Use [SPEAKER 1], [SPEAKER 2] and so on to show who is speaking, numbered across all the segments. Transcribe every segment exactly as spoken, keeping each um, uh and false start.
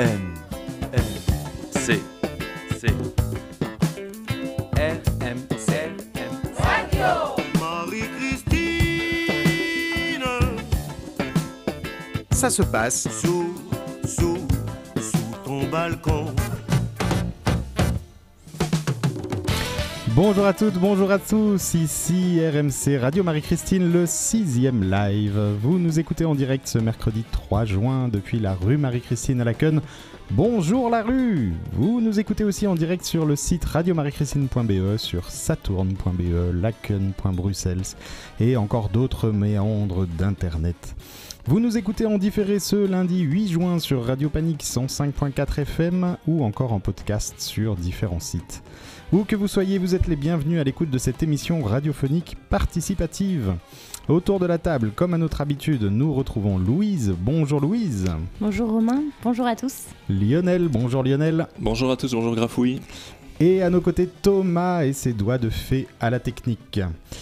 [SPEAKER 1] M, M, C, C, R, M, C, M,
[SPEAKER 2] Radio
[SPEAKER 3] Marie-Christine,
[SPEAKER 4] Ça se passe
[SPEAKER 3] sous, sous, sous ton balcon.
[SPEAKER 5] Bonjour à toutes, bonjour à tous, ici R M C Radio Marie-Christine, le sixième live. Vous nous écoutez en direct ce mercredi trois juin depuis la rue Marie-Christine à Laken. Bonjour la rue. Vous nous écoutez aussi en direct sur le site radio marie christine point b e, sur saturne point b e, laken point bruxelles et encore d'autres méandres d'internet. Vous nous écoutez en différé ce lundi huit juin sur Radio Panique cent cinq point quatre F M ou encore en podcast sur différents sites. Où que vous soyez, vous êtes les bienvenus à l'écoute de cette émission radiophonique participative. Autour de la table, comme à notre habitude, nous retrouvons Louise. Bonjour Louise.
[SPEAKER 6] Bonjour Romain, bonjour à tous.
[SPEAKER 5] Lionel, bonjour Lionel.
[SPEAKER 1] Bonjour à tous, bonjour Grafouille.
[SPEAKER 5] Et à nos côtés, Thomas et ses doigts de fée à la technique.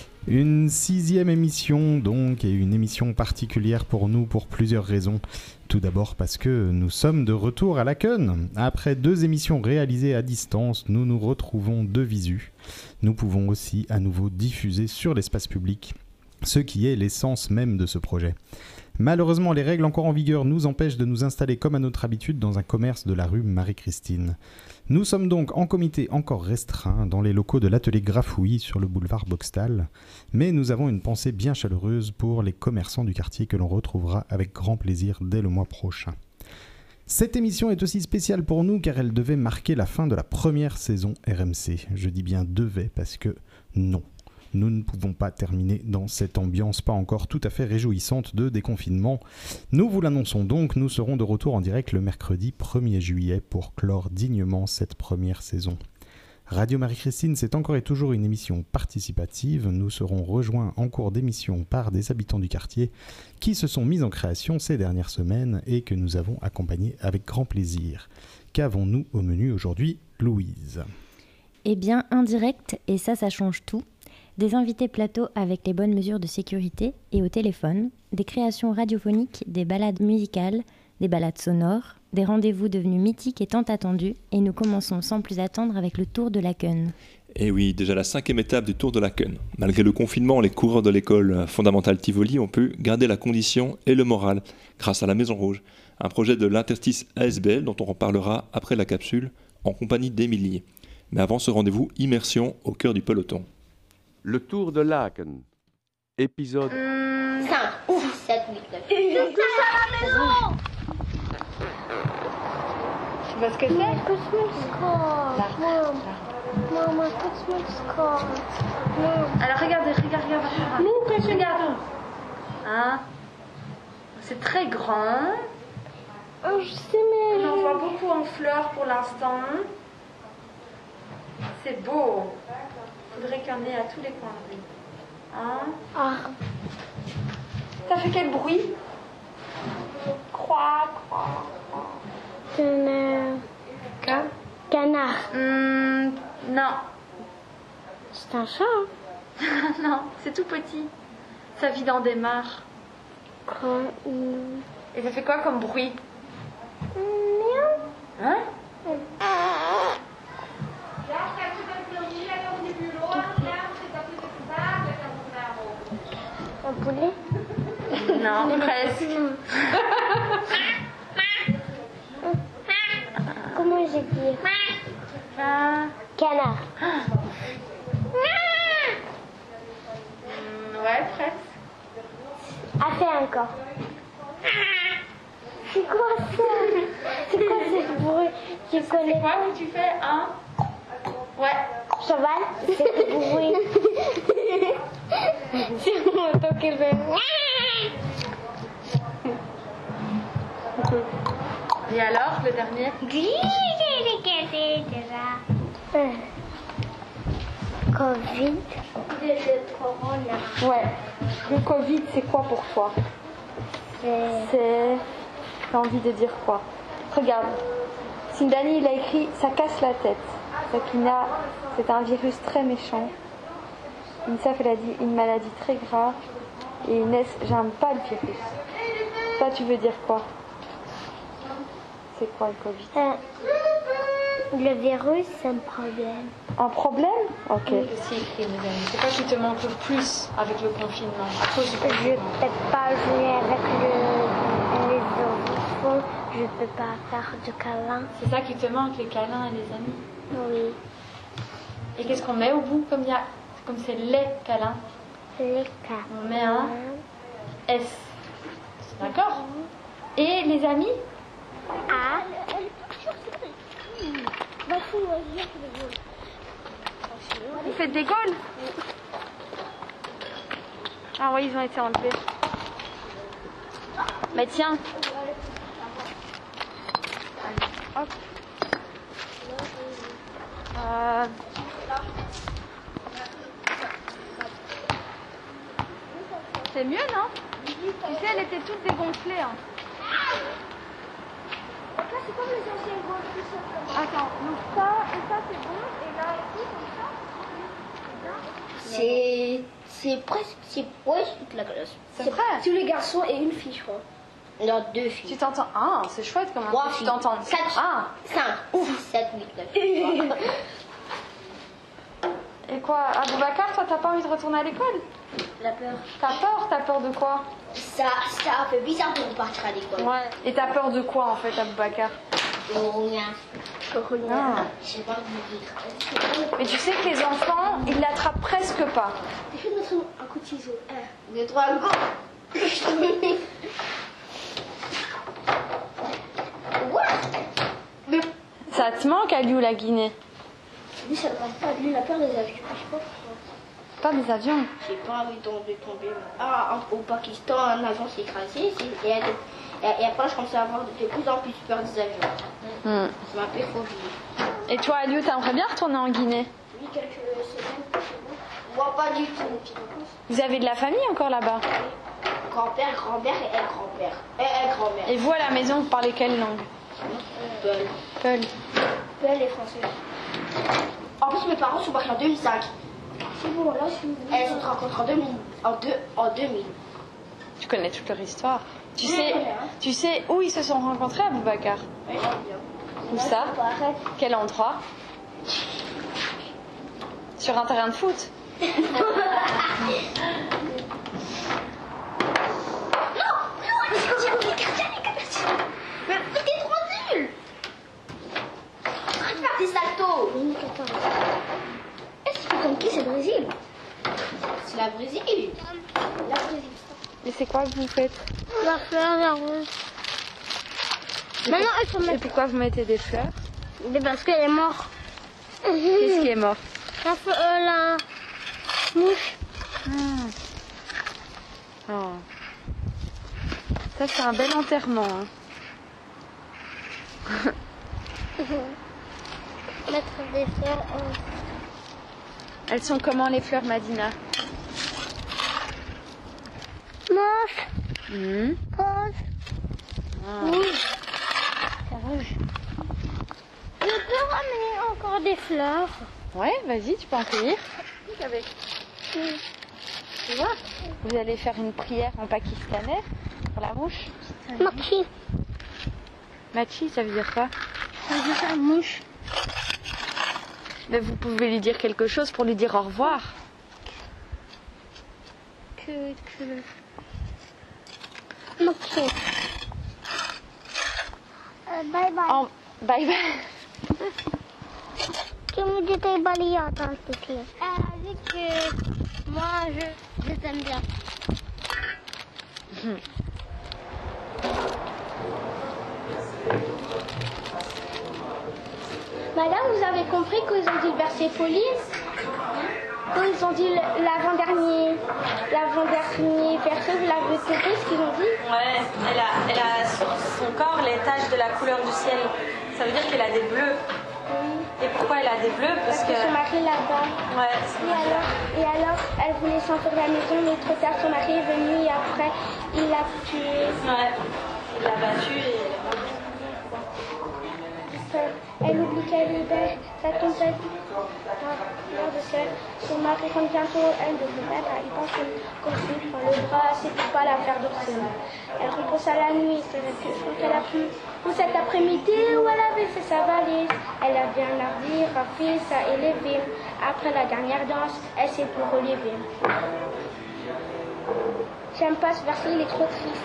[SPEAKER 5] Une sixième émission donc, et une émission particulière pour nous pour plusieurs raisons. Tout d'abord parce que nous sommes de retour à Laken. Après deux émissions réalisées à distance, nous nous retrouvons de visu. Nous pouvons aussi à nouveau diffuser sur l'espace public, ce qui est l'essence même de ce projet. Malheureusement, les règles encore en vigueur nous empêchent de nous installer comme à notre habitude dans un commerce de la rue Marie-Christine. Nous sommes donc en comité encore restreint dans les locaux de l'atelier Grafouille sur le boulevard Boxtal, mais nous avons une pensée bien chaleureuse pour les commerçants du quartier que l'on retrouvera avec grand plaisir dès le mois prochain. Cette émission est aussi spéciale pour nous car elle devait marquer la fin de la première saison R M C. Je dis bien devait parce que non. Nous ne pouvons pas terminer dans cette ambiance pas encore tout à fait réjouissante de déconfinement. Nous vous l'annonçons donc, nous serons de retour en direct le mercredi premier juillet pour clore dignement cette première saison. Radio Marie-Christine, c'est encore et toujours une émission participative. Nous serons rejoints en cours d'émission par des habitants du quartier qui se sont mis en création ces dernières semaines et que nous avons accompagnés avec grand plaisir. Qu'avons-nous au menu aujourd'hui, Louise ?
[SPEAKER 6] Eh bien, un direct, et ça, ça change tout. Des invités plateaux avec les bonnes mesures de sécurité et au téléphone, des créations radiophoniques, des balades musicales, des balades sonores, des rendez-vous devenus mythiques et tant attendus, et nous commençons sans plus attendre avec le Tour de Laken.
[SPEAKER 7] Et oui, déjà la cinquième étape du Tour de Laken. Malgré le confinement, les coureurs de l'école fondamentale Tivoli ont pu garder la condition et le moral grâce à la Maison Rouge, un projet de l'interstice A S B L dont on reparlera après la capsule en compagnie d'Émilie. Mais avant ce rendez-vous, immersion au cœur du peloton.
[SPEAKER 8] Le Tour de Laken, épisode
[SPEAKER 2] cinq, six, sept, huit, neuf. Je suis à la maison.
[SPEAKER 9] Tu vois ce que c'est?
[SPEAKER 2] Christmas card. Mom. Mama, Christmas card. Mom.
[SPEAKER 9] Alors regardez, regarde, regarde.
[SPEAKER 2] Non, Christmas
[SPEAKER 9] Regarde. Hein? C'est très grand.
[SPEAKER 2] Oh, je sais, mais...
[SPEAKER 9] On en voit beaucoup en fleurs pour l'instant. C'est beau. Il faudrait qu'il y en ait à tous les coins de rue. Hein?
[SPEAKER 2] Ah.
[SPEAKER 9] Ça fait quel bruit? Croix, croix.
[SPEAKER 2] Canard.
[SPEAKER 9] Can?
[SPEAKER 2] Canard.
[SPEAKER 9] Hum, non.
[SPEAKER 2] C'est un chat, hein?
[SPEAKER 9] Non, c'est tout petit. Ça vit dans des mares.
[SPEAKER 2] Quoi?
[SPEAKER 9] Et ça fait quoi comme bruit?
[SPEAKER 2] Miaou.
[SPEAKER 9] Hein?
[SPEAKER 2] Un poulet?
[SPEAKER 9] Non, presque.
[SPEAKER 2] Comment j'ai dit?
[SPEAKER 9] Ah.
[SPEAKER 2] Canard.
[SPEAKER 9] Hum, ouais, presque.
[SPEAKER 2] A fait encore. C'est quoi ça? C'est quoi ce bruit? Je
[SPEAKER 9] C'est
[SPEAKER 2] connais
[SPEAKER 9] quoi que tu fais, hein? Ouais.
[SPEAKER 2] Cheval, c'est le bruit. C'est mon auto qui fait.
[SPEAKER 9] Et alors, le dernier?
[SPEAKER 2] Covid. Le corona.
[SPEAKER 9] Ouais. Le Covid, c'est quoi pour toi?
[SPEAKER 2] C'est.
[SPEAKER 9] C'est... T'as envie de dire quoi? Regarde. Sindani, il a écrit « Ça casse la tête ». Sakina, c'est un virus très méchant. Insaf, elle a dit une maladie très grave. Et Inès, j'aime pas le virus. Toi, tu veux dire quoi? C'est quoi le Covid?
[SPEAKER 2] Euh, le virus, c'est un problème.
[SPEAKER 9] Un problème? Ok.
[SPEAKER 2] Oui.
[SPEAKER 9] C'est quoi qui te manque le plus avec le confinement? À cause du
[SPEAKER 2] Je
[SPEAKER 9] confinement.
[SPEAKER 2] peux pas jouer avec le, les enfants, je peux pas faire de câlins.
[SPEAKER 9] C'est ça qui te manque, les câlins et les amis?
[SPEAKER 2] Oui,
[SPEAKER 9] Et qu'est-ce qu'on met au bout comme il y a, comme c'est les câlins?
[SPEAKER 2] les câlins.
[SPEAKER 9] On met un S. D'accord? Et les amis?
[SPEAKER 2] Ah,
[SPEAKER 9] Vous faites des Gaules? Ah oui, ils ont été enlevés. Mais tiens. Hop. Euh... C'est mieux, non? Tu sais, elle était toute dégonflée. Hein.
[SPEAKER 2] c'est comme les anciens gonflés.
[SPEAKER 9] Attends, donc ça et ça c'est bon, et là aussi comme ça?
[SPEAKER 2] C'est, c'est presque, c'est ouais, toute la classe.
[SPEAKER 9] C'est vrai?
[SPEAKER 2] Tous les garçons et une fille, je crois. Non, deux filles.
[SPEAKER 9] Tu t'entends? Ah, c'est chouette comment
[SPEAKER 2] Trois
[SPEAKER 9] tu
[SPEAKER 2] filles.
[SPEAKER 9] t'entends.
[SPEAKER 2] Quatre.
[SPEAKER 9] Ah,
[SPEAKER 2] cinq, six, sept, huit, neuf.
[SPEAKER 9] et quoi, Aboubacar, toi t'as pas envie de retourner à l'école?
[SPEAKER 2] La peur.
[SPEAKER 9] T'as peur? T'as peur de quoi?
[SPEAKER 2] Ça, ça fait bizarre de repartir à l'école.
[SPEAKER 9] Ouais. Et t'as peur de quoi en fait, Aboubacar?
[SPEAKER 2] Rien. Rien.
[SPEAKER 9] Ah.
[SPEAKER 2] Je sais pas vous dire.
[SPEAKER 9] Mais tu sais que les enfants, ils l'attrapent presque pas.
[SPEAKER 2] Je vais mettre un coup de ciseau. Un, deux, trois, go. What? Mais
[SPEAKER 9] Ça te manque, Aliou, la Guinée?
[SPEAKER 2] lui, ça ne va pas. Lui, il a peur des avions. Je sais pas pourquoi.
[SPEAKER 9] Pas des avions.
[SPEAKER 2] J'ai pas envie de tomber. tomber. Ah, au Pakistan, un avion s'est écrasé. c'est- Et, et, et après, je commence à avoir de plus en plus peur des avions.
[SPEAKER 9] Hmm.
[SPEAKER 2] C'est ma pire phobie.
[SPEAKER 9] Et toi, Aliou, t'aimerais bien retourner en Guinée?
[SPEAKER 2] Oui, quelques semaines, c'est bon. Moi, pas du tout.
[SPEAKER 9] Vous avez de la famille encore là-bas?
[SPEAKER 2] Grand-père, grand-mère et elle-grand-père. Et elle-grand-mère.
[SPEAKER 9] Et vous, à la maison, vous parlez quelle langue?
[SPEAKER 2] Peul.
[SPEAKER 9] Peul.
[SPEAKER 2] Peul et français. En plus, mes parents sont mariés en deux mille cinq. C'est bon, là, je suis... Elles se sont rencontrées en deux mille. En, deux, en deux mille.
[SPEAKER 9] Tu connais toute leur histoire. Tu
[SPEAKER 2] Oui,
[SPEAKER 9] sais,
[SPEAKER 2] je connais, hein.
[SPEAKER 9] tu sais où ils se sont rencontrés, Aboubacar?
[SPEAKER 2] Oui, j'aime bien.
[SPEAKER 9] Où
[SPEAKER 2] Là,
[SPEAKER 9] ça?
[SPEAKER 2] je peux arrêter.
[SPEAKER 9] Quel endroit? Sur un terrain de foot?
[SPEAKER 2] Non, non, les gardiens, les gardiens, les gardiens. Mais t'es trop nul. Arrête de faire des saltos. Est-ce que comme qui c'est le Brésil? C'est la Brésil. La Brésil.
[SPEAKER 9] Et c'est quoi que vous faites?
[SPEAKER 2] La fleur, la rose. Maintenant, il faut
[SPEAKER 9] Et
[SPEAKER 2] mettre...
[SPEAKER 9] pourquoi vous mettez des fleurs?
[SPEAKER 2] Mais parce qu'elle est morte.
[SPEAKER 9] Qu'est-ce qui est mort?
[SPEAKER 2] La, fleur, euh, la mouche.
[SPEAKER 9] Oh. Ça, c'est un bel enterrement. Hein.
[SPEAKER 2] Mettre des fleurs. euh,
[SPEAKER 9] Elles sont comment les fleurs, Madina?
[SPEAKER 2] Moche,
[SPEAKER 9] Hmm.
[SPEAKER 2] rose,
[SPEAKER 9] Ah.
[SPEAKER 2] rouge. C'est rouge. Je peux ramener encore des fleurs.
[SPEAKER 9] Ouais, vas-y, tu peux en cueillir. Avec.
[SPEAKER 2] Oui.
[SPEAKER 9] Tu vois? Vous allez faire une prière en pakistanais pour la mouche.
[SPEAKER 2] Machi,
[SPEAKER 9] Machi, ça veut dire quoi?
[SPEAKER 2] ça veut dire mouche.
[SPEAKER 9] Mais vous pouvez lui dire quelque chose pour lui dire au revoir.
[SPEAKER 2] Que, que... Machi. Euh, bye bye.
[SPEAKER 9] En... Bye bye.
[SPEAKER 2] Tu me dis tes balayages, s'il te plaît. Elle a dit que moi, je, je t'aime bien. Madame, vous avez compris qu'ils ont dit le verset police? Quand ils ont dit l'avant-dernier, l'avant-dernier verset, vous l'avez compris ce qu'ils ont dit?
[SPEAKER 9] Ouais, elle a, elle a sur son corps les taches de la couleur du ciel. Ça veut dire qu'elle a des bleus. Et pourquoi elle a des bleus? Parce,
[SPEAKER 2] Parce que son mari là-bas.
[SPEAKER 9] Ouais,
[SPEAKER 2] Et alors, et alors, elle voulait s'enfuir de la maison, mais trop tard, son mari est venu et après, il l'a tué.
[SPEAKER 9] ouais. Il l'a battue et...
[SPEAKER 2] Elle oublie dit qu'elle est belle, ça tombe pas du tout. Mère de sel, son mari rentre bientôt, elle devrait mettre, il pense qu'on suit dans le bras, c'est pour pas la faire dormir. Elle repose à la nuit, c'est la question qu'elle a pris. Ou cet après-midi où elle avait fait sa valise, elle a bien lardi, raffi, ça élevé. Après la dernière danse, elle s'est tout relevée. J'aime pas ce verset, il est trop triste.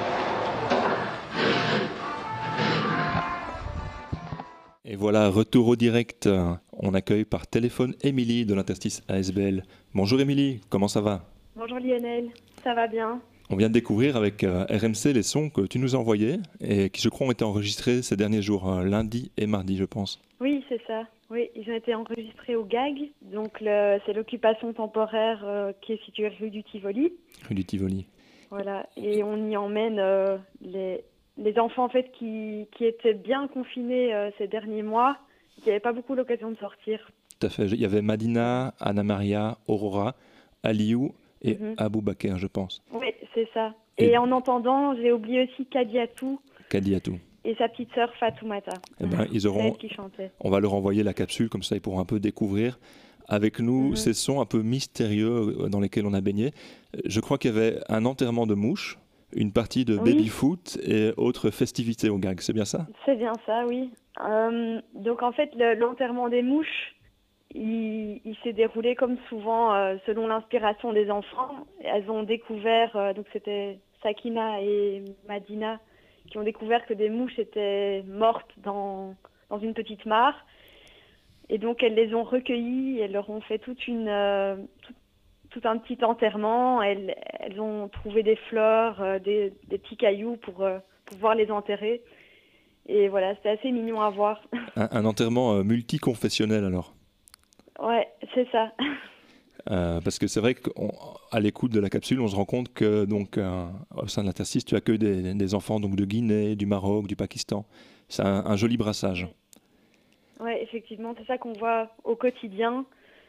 [SPEAKER 7] Et voilà, retour au direct. On accueille par téléphone Émilie de l'interstice A S B L. Bonjour Émilie, comment ça va?
[SPEAKER 10] Bonjour Lionel, ça va bien.
[SPEAKER 7] On vient de découvrir avec euh, R M C les sons que tu nous as envoyés et qui, je crois, ont été enregistrés ces derniers jours, euh, lundi et mardi, je pense.
[SPEAKER 10] Oui, c'est ça. Oui, ils ont été enregistrés au G A G. Donc, le, c'est l'occupation temporaire euh, qui est située rue du Tivoli.
[SPEAKER 7] Rue du Tivoli.
[SPEAKER 10] Voilà, et on y emmène euh, les, les enfants en fait qui, qui étaient bien confinés euh, ces derniers mois, qui n'avaient pas beaucoup l'occasion de sortir.
[SPEAKER 7] Tout à fait. Il y avait Madina, Anna Maria, Aurora, Aliou et
[SPEAKER 10] Mhm.
[SPEAKER 7] Abou Bakr, je pense.
[SPEAKER 10] Oui, c'est ça. Et,
[SPEAKER 7] Et-
[SPEAKER 10] en entendant, j'ai oublié aussi Kadiatou
[SPEAKER 7] Kadiatou.
[SPEAKER 10] et sa petite sœur Fatoumata.
[SPEAKER 7] Eh ben, ils
[SPEAKER 10] C'est
[SPEAKER 7] auront,
[SPEAKER 10] elle qui chantait.
[SPEAKER 7] on va leur envoyer la capsule, comme ça ils pourront un peu découvrir avec nous
[SPEAKER 10] Mhm.
[SPEAKER 7] ces sons un peu mystérieux euh, dans lesquels on a baigné. Euh, Je crois qu'il y avait un enterrement de mouches, une partie de
[SPEAKER 10] Oui.
[SPEAKER 7] baby-foot et autres festivités au G A G, c'est bien ça?
[SPEAKER 10] C'est bien ça, oui. Euh, donc en fait, le- l'enterrement des mouches, il, il s'est déroulé comme souvent euh, selon l'inspiration des enfants. Elles ont découvert, euh, donc c'était Sakina et Madina qui ont découvert que des mouches étaient mortes dans, dans une petite mare. Et donc elles les ont recueillies, elles leur ont fait toute une, euh, tout, tout un petit enterrement. Elles, elles ont trouvé des fleurs, euh, des, des petits cailloux pour euh, pouvoir les enterrer. Et voilà, c'était assez mignon à voir.
[SPEAKER 7] Un, un enterrement euh, multiconfessionnel alors.
[SPEAKER 10] Ouais, c'est ça.
[SPEAKER 7] Euh, parce que c'est vrai qu'à l'écoute de la capsule, on se rend compte que donc, euh, au sein de l'interstice, tu accueilles des, des enfants donc, de Guinée, du Maroc, du Pakistan. C'est un, un joli brassage.
[SPEAKER 10] Ouais, effectivement, c'est ça qu'on voit au quotidien.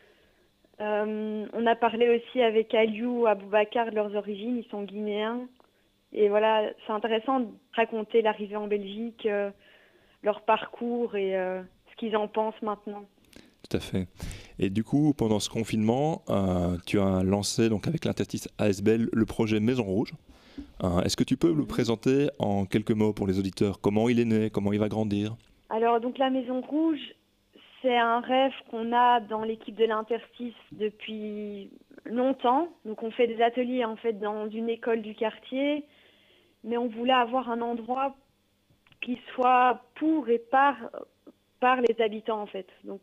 [SPEAKER 10] Euh, on a parlé aussi avec Aliou, Aboubacar de leurs origines, ils sont guinéens. Et voilà, c'est intéressant de raconter l'arrivée en Belgique, euh, leur parcours et euh, ce qu'ils en pensent maintenant.
[SPEAKER 7] Tout à fait. Et du coup, pendant ce confinement, euh, tu as lancé donc, avec l'interstice A S B L le projet Maison Rouge. Euh, Est-ce que tu peux le présenter en quelques mots pour les auditeurs? Comment il est né? Comment il va grandir?
[SPEAKER 10] Alors, donc la Maison Rouge, c'est un rêve qu'on a dans l'équipe de l'interstice depuis longtemps. Donc, on fait des ateliers en fait dans une école du quartier, mais on voulait avoir un endroit qui soit pour et par, par les habitants en fait. Donc,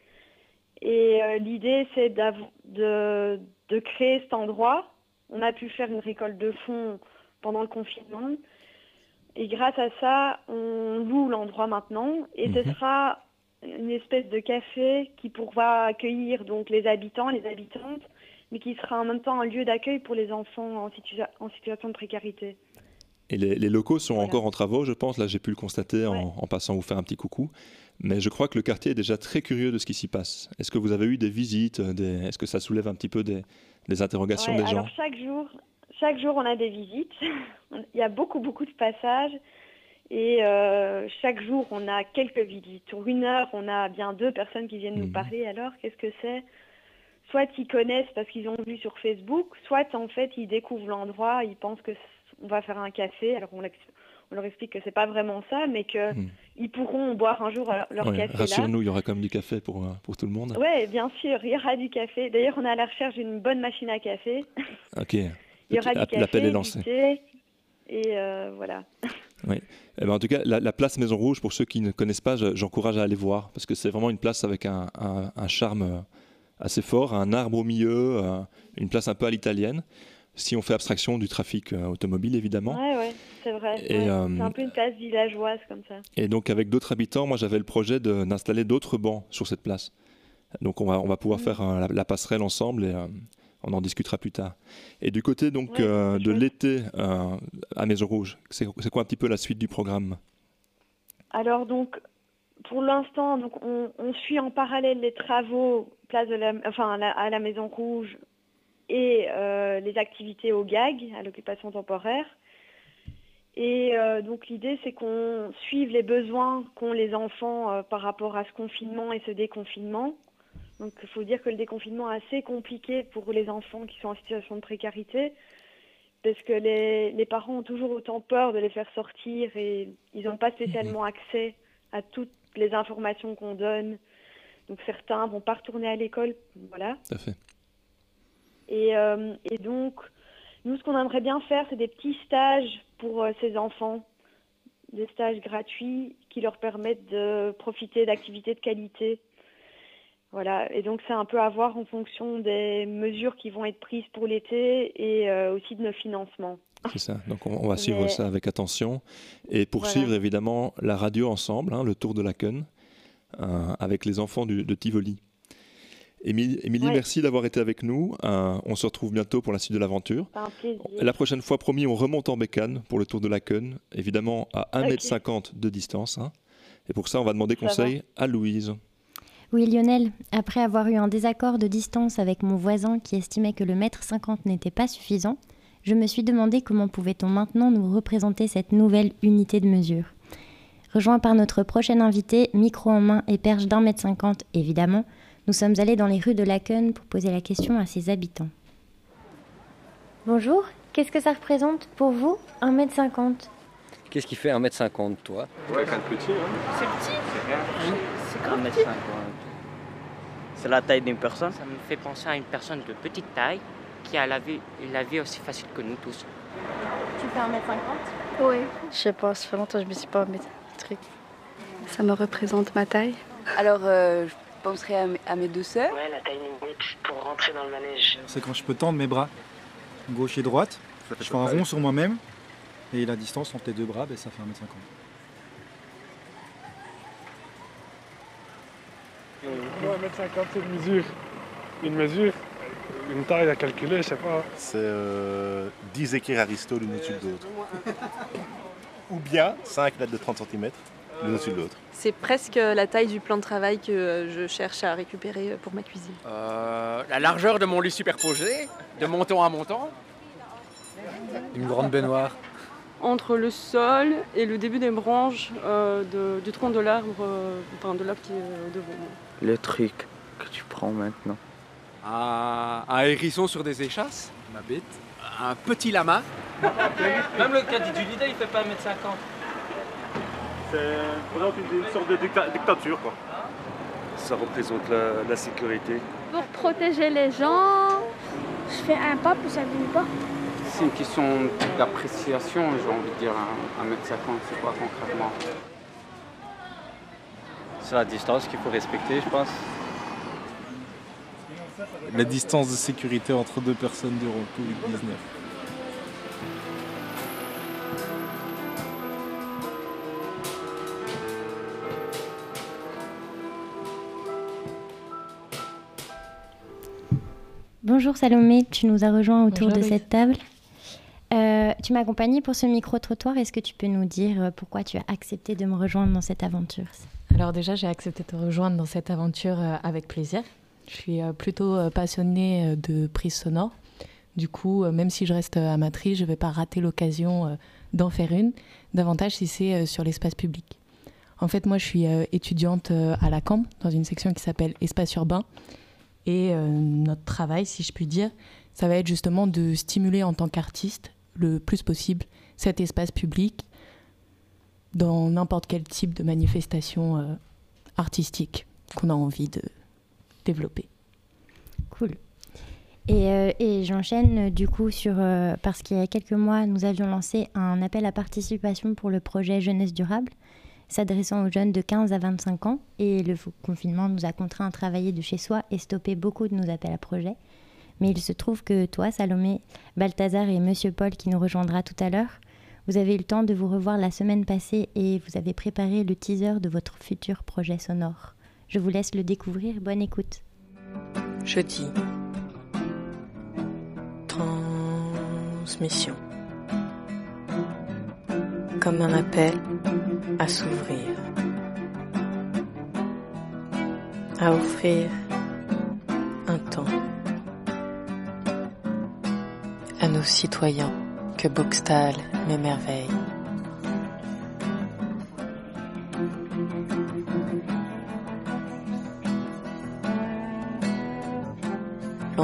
[SPEAKER 10] et euh, l'idée, c'est d'av- de, de créer cet endroit. On a pu faire une récolte de fonds pendant le confinement. Et grâce à ça, on loue l'endroit maintenant. Et ce
[SPEAKER 7] Mhm.
[SPEAKER 10] sera une espèce de café qui pourra accueillir donc les habitants, les habitantes, mais qui sera en même temps un lieu d'accueil pour les enfants en, situa- en situation de précarité.
[SPEAKER 7] Et les, les locaux sont
[SPEAKER 10] Voilà.
[SPEAKER 7] encore en travaux, je pense. Là, j'ai pu le constater en,
[SPEAKER 10] Ouais.
[SPEAKER 7] en passant vous faire un petit coucou. Mais je crois que le quartier est déjà très curieux de ce qui s'y passe. Est-ce que vous avez eu des visites? Des... Est-ce que ça soulève un petit peu des, des interrogations
[SPEAKER 10] Ouais,
[SPEAKER 7] des gens?
[SPEAKER 10] alors chaque jour, chaque jour, on a des visites. Il y a beaucoup, beaucoup de passages. Et euh, chaque jour, on a quelques visites. Sur une heure, on a bien deux personnes qui viennent nous
[SPEAKER 7] Mhm.
[SPEAKER 10] parler. Alors, qu'est-ce que c'est? Soit ils connaissent parce qu'ils ont vu sur Facebook, soit en fait, ils découvrent l'endroit, ils pensent que c- on va faire un café. Alors, on, l'ex- on leur explique que c'est pas vraiment ça, mais que
[SPEAKER 7] Mhm.
[SPEAKER 10] ils pourront boire un jour euh, leur
[SPEAKER 7] Ouais,
[SPEAKER 10] café là.
[SPEAKER 7] rassure-nous, il y aura quand même du café pour, euh, pour tout le monde.
[SPEAKER 10] Ouais, bien sûr, il y aura du café. D'ailleurs, on est à la recherche d'une bonne machine à café.
[SPEAKER 7] Ok.
[SPEAKER 10] Il y aura du
[SPEAKER 7] L'appel
[SPEAKER 10] café,
[SPEAKER 7] est
[SPEAKER 10] du
[SPEAKER 7] lancé.
[SPEAKER 10] thé, et euh, voilà.
[SPEAKER 7] Oui. Eh ben, en tout cas, la, la place Maison Rouge, pour ceux qui ne connaissent pas, je- j'encourage à aller voir, parce que c'est vraiment une place avec un, un- un charme euh, assez fort, un arbre au milieu, euh, une place un peu à l'italienne, si on fait abstraction du trafic euh, automobile, évidemment.
[SPEAKER 10] Ouais, ouais, c'est vrai.
[SPEAKER 7] Et,
[SPEAKER 10] ouais.
[SPEAKER 7] euh,
[SPEAKER 10] C'est un peu une place villageoise comme ça.
[SPEAKER 7] Et donc, avec d'autres habitants, moi, j'avais le projet de- d'installer d'autres bancs sur cette place. Donc, on va, on va pouvoir
[SPEAKER 10] Mhm.
[SPEAKER 7] faire euh, la, la passerelle ensemble et euh, on en discutera plus tard. Et du côté donc
[SPEAKER 10] Ouais,
[SPEAKER 7] euh,
[SPEAKER 10] c'est
[SPEAKER 7] de
[SPEAKER 10] chouette.
[SPEAKER 7] l'été euh, à Maison Rouge, c'est c'est quoi un petit peu la suite du programme?
[SPEAKER 10] Alors donc, pour l'instant, donc on, on suit en parallèle les travaux place de la, enfin, à, la, à la Maison Rouge et euh, les activités au G A G, à l'occupation temporaire. Et euh, donc l'idée, c'est qu'on suive les besoins qu'ont les enfants euh, par rapport à ce confinement et ce déconfinement. Donc il faut dire que le déconfinement est assez compliqué pour les enfants qui sont en situation de précarité, parce que les, les parents ont toujours autant peur de les faire sortir et ils n'ont pas spécialement accès à toutes les informations qu'on donne. Donc certains vont pas retourner à l'école, voilà.
[SPEAKER 7] Tout à fait.
[SPEAKER 10] Et, euh, et donc, nous, ce qu'on aimerait bien faire, c'est des petits stages pour euh, ces enfants, des stages gratuits qui leur permettent de profiter d'activités de qualité. Voilà, et donc c'est un peu à voir en fonction des mesures qui vont être prises pour l'été et euh, aussi de nos financements.
[SPEAKER 7] C'est ça, donc on, on va suivre
[SPEAKER 10] Mais...
[SPEAKER 7] ça avec attention et poursuivre
[SPEAKER 10] voilà.
[SPEAKER 7] évidemment la radio ensemble, hein, le Tour de Laken, euh, avec les enfants du, de Tivoli. Émilie, Émilie
[SPEAKER 10] ouais.
[SPEAKER 7] merci d'avoir été avec nous. Euh, on se retrouve bientôt pour la suite de l'aventure.
[SPEAKER 10] C'est un plaisir.
[SPEAKER 7] La prochaine fois, promis, on remonte en bécane pour le Tour de Laken, évidemment à un mètre cinquante de distance. Hein. Et pour ça, on va demander
[SPEAKER 10] ça
[SPEAKER 7] conseil
[SPEAKER 10] va.
[SPEAKER 7] à Louise.
[SPEAKER 6] Oui, Lionel, après avoir eu un désaccord de distance avec mon voisin qui estimait que le mètre cinquante n'était pas suffisant, je me suis demandé comment pouvait-on maintenant nous représenter cette nouvelle unité de mesure. Rejoint par notre prochaine invité, micro en main et perche d'un mètre cinquante, évidemment, nous sommes allés dans les rues de Laken pour poser la question à ses habitants. Bonjour, qu'est-ce que ça représente pour vous, un mètre cinquante ?
[SPEAKER 11] Qu'est-ce qui fait un mètre cinquante, toi ?
[SPEAKER 1] Ouais, quand petit, hein.
[SPEAKER 12] C'est petit.
[SPEAKER 1] C'est rien.
[SPEAKER 12] Oui, c'est
[SPEAKER 13] un mètre cinquante. C'est la taille d'une personne ?
[SPEAKER 12] Ça me fait penser à une personne de petite taille qui a la vie, la vie aussi facile que nous tous.
[SPEAKER 6] Tu fais un mètre cinquante ?
[SPEAKER 9] Oui. Je sais pas, ça fait longtemps que je me suis pas mis un truc. Ça me représente ma taille.
[SPEAKER 14] Alors, euh, je penserai à mes, à mes deux sœurs.
[SPEAKER 15] Ouais, la taille limite pour rentrer dans le manège.
[SPEAKER 16] C'est quand je peux tendre mes bras, gauche et droite. Je fais un rond sur moi-même. Et la distance entre les deux bras, ben, ça fait un mètre cinquante.
[SPEAKER 17] un mètre cinquante, c'est une mesure. Une mesure, une taille à calculer, je sais pas.
[SPEAKER 18] C'est euh, dix équerres Aristo l'une au-dessus de l'autre. Ou bien cinq mètres de trente centimètres l'une au-dessus de l'autre.
[SPEAKER 19] C'est presque la taille du plan de travail que je cherche à récupérer pour ma cuisine.
[SPEAKER 20] Euh, la largeur de mon lit superposé, de montant à montant.
[SPEAKER 16] Une grande baignoire.
[SPEAKER 19] Entre le sol et le début des branches euh, de, du tronc de l'arbre, euh, enfin de l'arbre qui est devant moi.
[SPEAKER 13] Le truc que tu prends maintenant.
[SPEAKER 20] Un, un hérisson sur des échasses. Ma bête. Un petit lama.
[SPEAKER 21] Même le caddie du Lidl, il fait pas un mètre cinquante.
[SPEAKER 22] Ça représente une, une sorte de dicta- dictature, quoi.
[SPEAKER 23] Ça représente la, la sécurité.
[SPEAKER 2] Pour protéger les gens, je fais un pas puis ça vient pas.
[SPEAKER 24] C'est une question d'appréciation, j'ai envie de dire, un mètre cinquante, c'est quoi concrètement ?
[SPEAKER 11] C'est la distance qu'il faut respecter, je pense.
[SPEAKER 16] La distance de sécurité entre deux personnes durant le covid dix-neuf.
[SPEAKER 6] Bonjour Salomé, tu nous as rejoints autour
[SPEAKER 25] Bonjour,
[SPEAKER 6] de cette table. Euh, tu m'as accompagnée pour ce micro-trottoir. Est-ce que tu peux nous dire pourquoi tu as accepté de me rejoindre dans cette aventure ?
[SPEAKER 25] Alors déjà, j'ai accepté de te rejoindre dans cette aventure avec plaisir. Je suis plutôt passionnée de prise sonore. Du coup, même si je reste amatrice, je ne vais pas rater l'occasion d'en faire une, davantage si c'est sur l'espace public. En fait, moi, je suis étudiante à la Cambre, dans une section qui s'appelle Espace urbain. Et euh, notre travail, si je puis dire, ça va être justement de stimuler en tant qu'artiste le plus possible cet espace public dans n'importe quel type de manifestation euh, artistique qu'on a envie de développer.
[SPEAKER 6] Cool. Et, euh, et j'enchaîne du coup sur... Euh, parce qu'il y a quelques mois, nous avions lancé un appel à participation pour le projet Jeunesse durable, s'adressant aux jeunes de quinze à vingt-cinq ans. Et le confinement nous a contraints à travailler de chez soi et stopper beaucoup de nos appels à projets. Mais il se trouve que toi, Salomé, Balthazar et Monsieur Paul, qui nous rejoindra tout à l'heure, vous avez eu le temps de vous revoir la semaine passée et vous avez préparé le teaser de votre futur projet sonore. Je vous laisse le découvrir. Bonne écoute.
[SPEAKER 26] Jeudi. Transmission. Comme un appel à s'ouvrir, à offrir un temps à nos citoyens que Boxtal m'émerveille.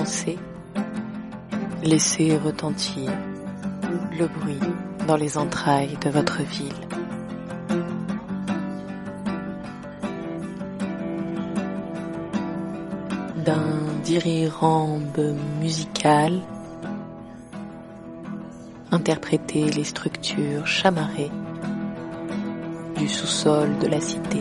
[SPEAKER 26] danser, laissez retentir le bruit dans les entrailles de votre ville. D'un dirirambe musical, interprétez les structures chamarrées du sous-sol de la cité,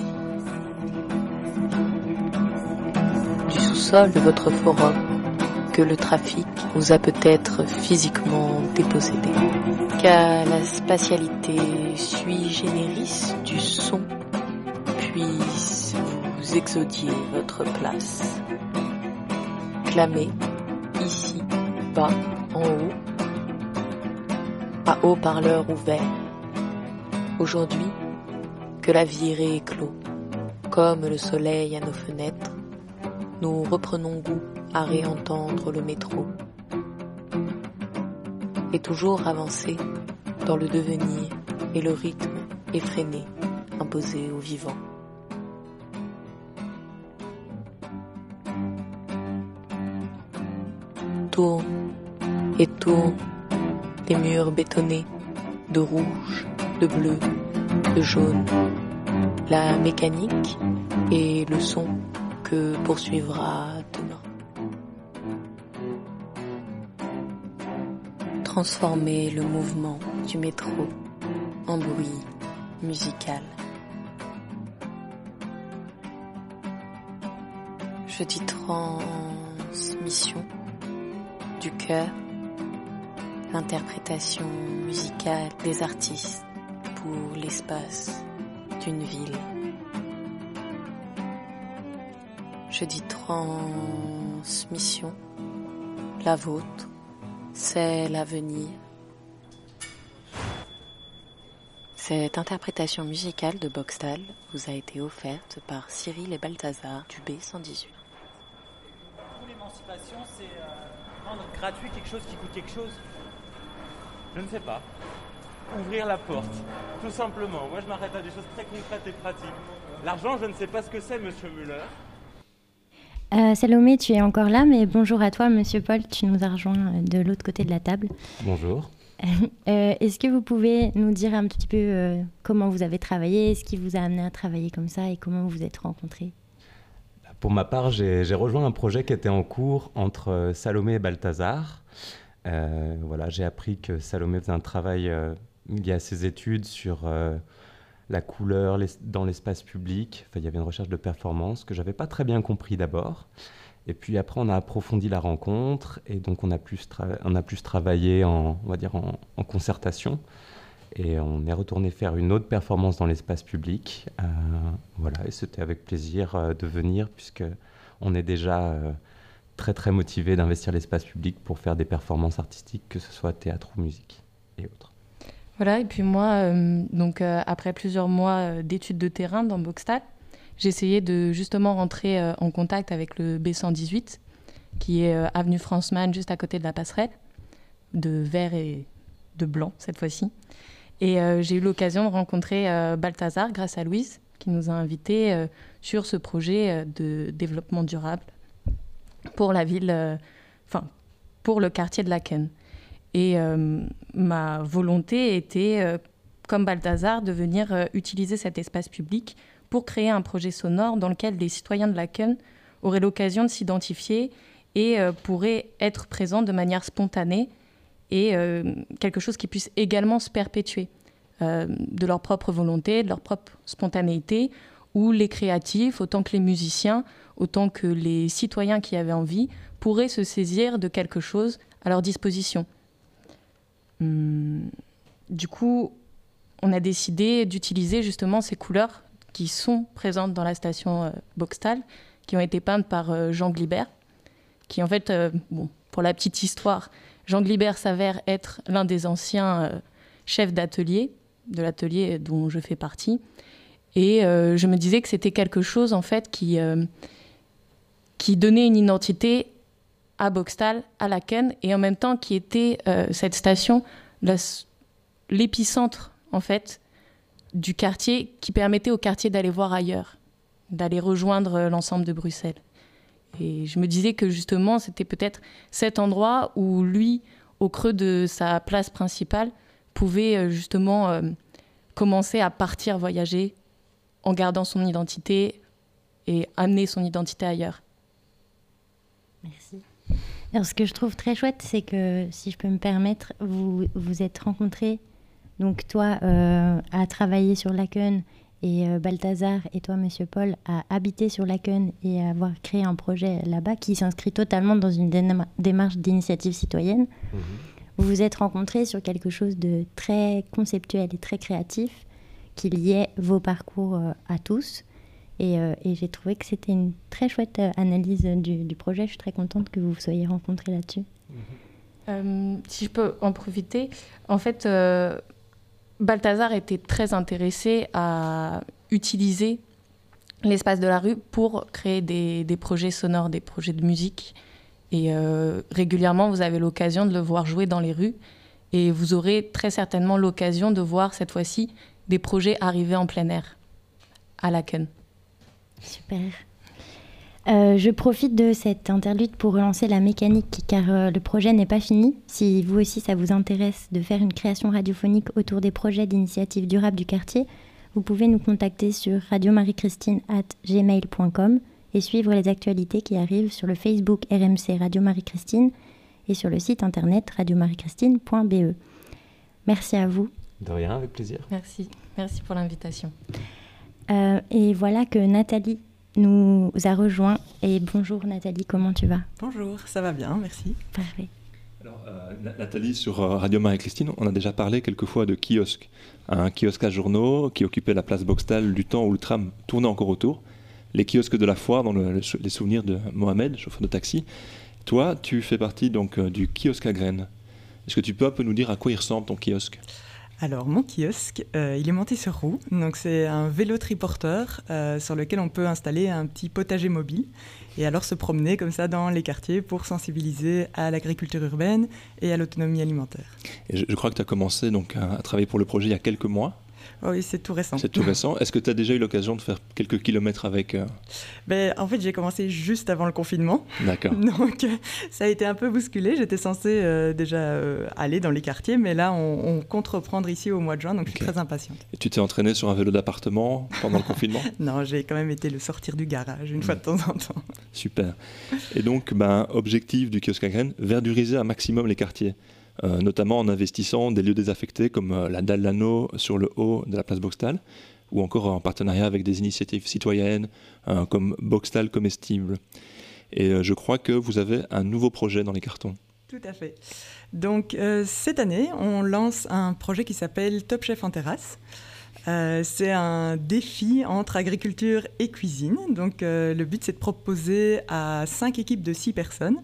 [SPEAKER 26] du sous-sol de votre forum que le trafic vous a peut-être physiquement dépossédé, qu'à la spatialité sui generis du son puisse vous exaudier votre place. Clamez ici, bas, en haut, à haut-parleurs ouverts. Aujourd'hui, que la vie rééclot, comme le soleil à nos fenêtres, nous reprenons goût à réentendre le métro et toujours avancer dans le devenir et le rythme effréné imposé aux vivants. Tourne et tourne les murs bétonnés de rouge, de bleu, de jaune, la mécanique et le son que poursuivra demain. Transformer le mouvement du métro en bruit musical. Je dis transmission du cœur, l'interprétation musicale des artistes pour l'espace d'une ville. Je dis transmission, la vôtre, c'est l'avenir. Cette interprétation musicale de Boxtal vous a été offerte par Cyril et Balthazar du B cent dix-huit.
[SPEAKER 21] L'émancipation, c'est euh, rendre gratuit quelque chose qui coûte quelque chose. Je ne sais pas. Ouvrir la porte, tout simplement. Moi, je m'arrête à des choses très concrètes et pratiques. L'argent, je ne sais pas ce que c'est, monsieur Müller.
[SPEAKER 6] Euh, Salomé, tu es encore là, mais bonjour à toi, monsieur Paul, tu nous as rejoint de l'autre côté de la table.
[SPEAKER 3] Bonjour.
[SPEAKER 6] Euh, est-ce que vous pouvez nous dire un petit peu euh, comment vous avez travaillé, ce qui vous a amené à travailler comme ça et comment vous vous êtes rencontrés?
[SPEAKER 3] Pour ma part, j'ai, j'ai rejoint un projet qui était en cours entre Salomé et Balthazar. Euh, voilà, j'ai appris que Salomé faisait un travail euh, lié à ses études sur euh, la couleur les, dans l'espace public. Enfin, il y avait une recherche de performance que je n'avais pas très bien compris d'abord. Et puis après, on a approfondi la rencontre et donc on a plus, tra- on a plus travaillé en, on va dire en, en concertation. Et on est retourné faire une autre performance dans l'espace public. Euh, voilà, et c'était avec plaisir euh, de venir puisqu'on est déjà euh, très très motivé d'investir l'espace public pour faire des performances artistiques, que ce soit théâtre ou musique et autres.
[SPEAKER 25] Voilà, et puis moi, euh, donc, euh, après plusieurs mois euh, d'études de terrain dans Boxtal, j'ai essayé de justement rentrer euh, en contact avec le B cent dix-huit, qui est euh, avenue Franceman, juste à côté de la passerelle, de vert et de blanc cette fois-ci. Et euh, j'ai eu l'occasion de rencontrer euh, Balthazar grâce à Louise, qui nous a invités euh, sur ce projet euh, de développement durable pour la ville, enfin euh, pour le quartier de Laken. Et euh, ma volonté était, euh, comme Balthazar, de venir euh, utiliser cet espace public pour créer un projet sonore dans lequel les citoyens de Laken auraient l'occasion de s'identifier et euh, pourraient être présents de manière spontanée et euh, quelque chose qui puisse également se perpétuer euh, de leur propre volonté, de leur propre spontanéité, où les créatifs, autant que les musiciens, autant que les citoyens qui avaient envie, pourraient se saisir de quelque chose à leur disposition. Hum, du coup, on a décidé d'utiliser justement ces couleurs qui sont présentes dans la station euh, Boxtal, qui ont été peintes par euh, Jean Glibert, qui en fait, euh, bon, pour la petite histoire, Jean Glibert s'avère être l'un des anciens euh, chefs d'atelier, de l'atelier dont je fais partie. Et euh, je me disais que c'était quelque chose en fait qui, euh, qui donnait une identité à Boxtal, à Laken, et en même temps qui était euh, cette station, la, l'épicentre en fait du quartier, qui permettait au quartier d'aller voir ailleurs, d'aller rejoindre l'ensemble de Bruxelles. Et je me disais que justement, c'était peut-être cet endroit où lui, au creux de sa place principale, pouvait euh, justement euh, commencer à partir voyager en gardant son identité et amener son identité ailleurs.
[SPEAKER 6] Merci. Alors, ce que je trouve très chouette, c'est que, si je peux me permettre, vous vous êtes rencontrés, donc toi, euh, à travailler sur Laken, et euh, Balthazar et toi, Monsieur Paul, à habiter sur Laken et à avoir créé un projet là-bas qui s'inscrit totalement dans une déma- démarche d'initiative citoyenne. Mmh. Vous vous êtes rencontrés sur quelque chose de très conceptuel et très créatif qui liait vos parcours euh, à tous. Et, euh, et j'ai trouvé que c'était une très chouette euh, analyse du, du projet. Je suis très contente que vous vous soyez rencontrés là-dessus. Mmh.
[SPEAKER 25] Euh, si je peux en profiter, en fait, euh, Balthazar était très intéressé à utiliser l'espace de la rue pour créer des, des projets sonores, des projets de musique. Et euh, régulièrement, vous avez l'occasion de le voir jouer dans les rues. Et vous aurez très certainement l'occasion de voir cette fois-ci des projets arriver en plein air à Laken.
[SPEAKER 6] Super. Euh, je profite de cette interlude pour relancer la mécanique, car euh, le projet n'est pas fini. Si vous aussi ça vous intéresse de faire une création radiophonique autour des projets d'initiative durable du quartier, vous pouvez nous contacter sur radio marie christine arobase gmail point com et suivre les actualités qui arrivent sur le Facebook R M C Radio Marie-Christine et sur le site internet radio marie christine point b e. Merci à vous.
[SPEAKER 3] De rien, avec plaisir.
[SPEAKER 25] Merci, merci pour l'invitation.
[SPEAKER 6] Euh, et voilà que Nathalie nous a rejoint. Et bonjour Nathalie, comment tu vas ?
[SPEAKER 1] Bonjour, ça va bien, merci.
[SPEAKER 6] Parfait.
[SPEAKER 4] Alors, euh, Nathalie, sur euh, Radio Marie-Christine, on a déjà parlé quelquefois de kiosque. Un kiosque à journaux qui occupait la place Boxtal du temps où le tram tournait encore autour. Les kiosques de la foire, dans le, le, les souvenirs de Mohamed, chauffeur de taxi. Toi, tu fais partie donc euh, du kiosque à graines. Est-ce que tu peux un peu nous dire à quoi il ressemble ton kiosque ?
[SPEAKER 1] Alors, mon kiosque, euh, il est monté sur roue. Donc, c'est un vélo triporteur euh, sur lequel on peut installer un petit potager mobile et alors se promener comme ça dans les quartiers pour sensibiliser à l'agriculture urbaine et à l'autonomie alimentaire.
[SPEAKER 4] Et je, je crois que tu as commencé donc, à, à travailler pour le projet il y a quelques mois.
[SPEAKER 1] Oh oui, c'est tout récent.
[SPEAKER 4] C'est tout récent. Est-ce que tu as déjà eu l'occasion de faire quelques kilomètres avec euh...
[SPEAKER 1] ben, En fait, j'ai commencé juste avant le confinement.
[SPEAKER 4] D'accord.
[SPEAKER 1] Donc, euh, ça a été un peu bousculé. J'étais censée euh, déjà euh, aller dans les quartiers, mais là, on, on compte reprendre ici au mois de juin, donc okay. Je suis très impatiente.
[SPEAKER 4] Et tu t'es entraîné sur un vélo d'appartement pendant le confinement ?
[SPEAKER 1] Non, j'ai quand même été le sortir du garage une mmh. fois de temps en temps.
[SPEAKER 4] Super. Et donc, ben, objectif du kiosque à graines, verduriser un maximum les quartiers. Euh, notamment en investissant des lieux désaffectés comme euh, la dalle Lano sur le haut de la place Boxtal, ou encore euh, en partenariat avec des initiatives citoyennes euh, comme Boxtal Comestible. Et euh, je crois que vous avez un nouveau projet dans les cartons.
[SPEAKER 1] Tout à fait. Donc euh, cette année, on lance un projet qui s'appelle Top Chef en terrasse. Euh, c'est un défi entre agriculture et cuisine. Donc euh, le but, c'est de proposer à cinq équipes de six personnes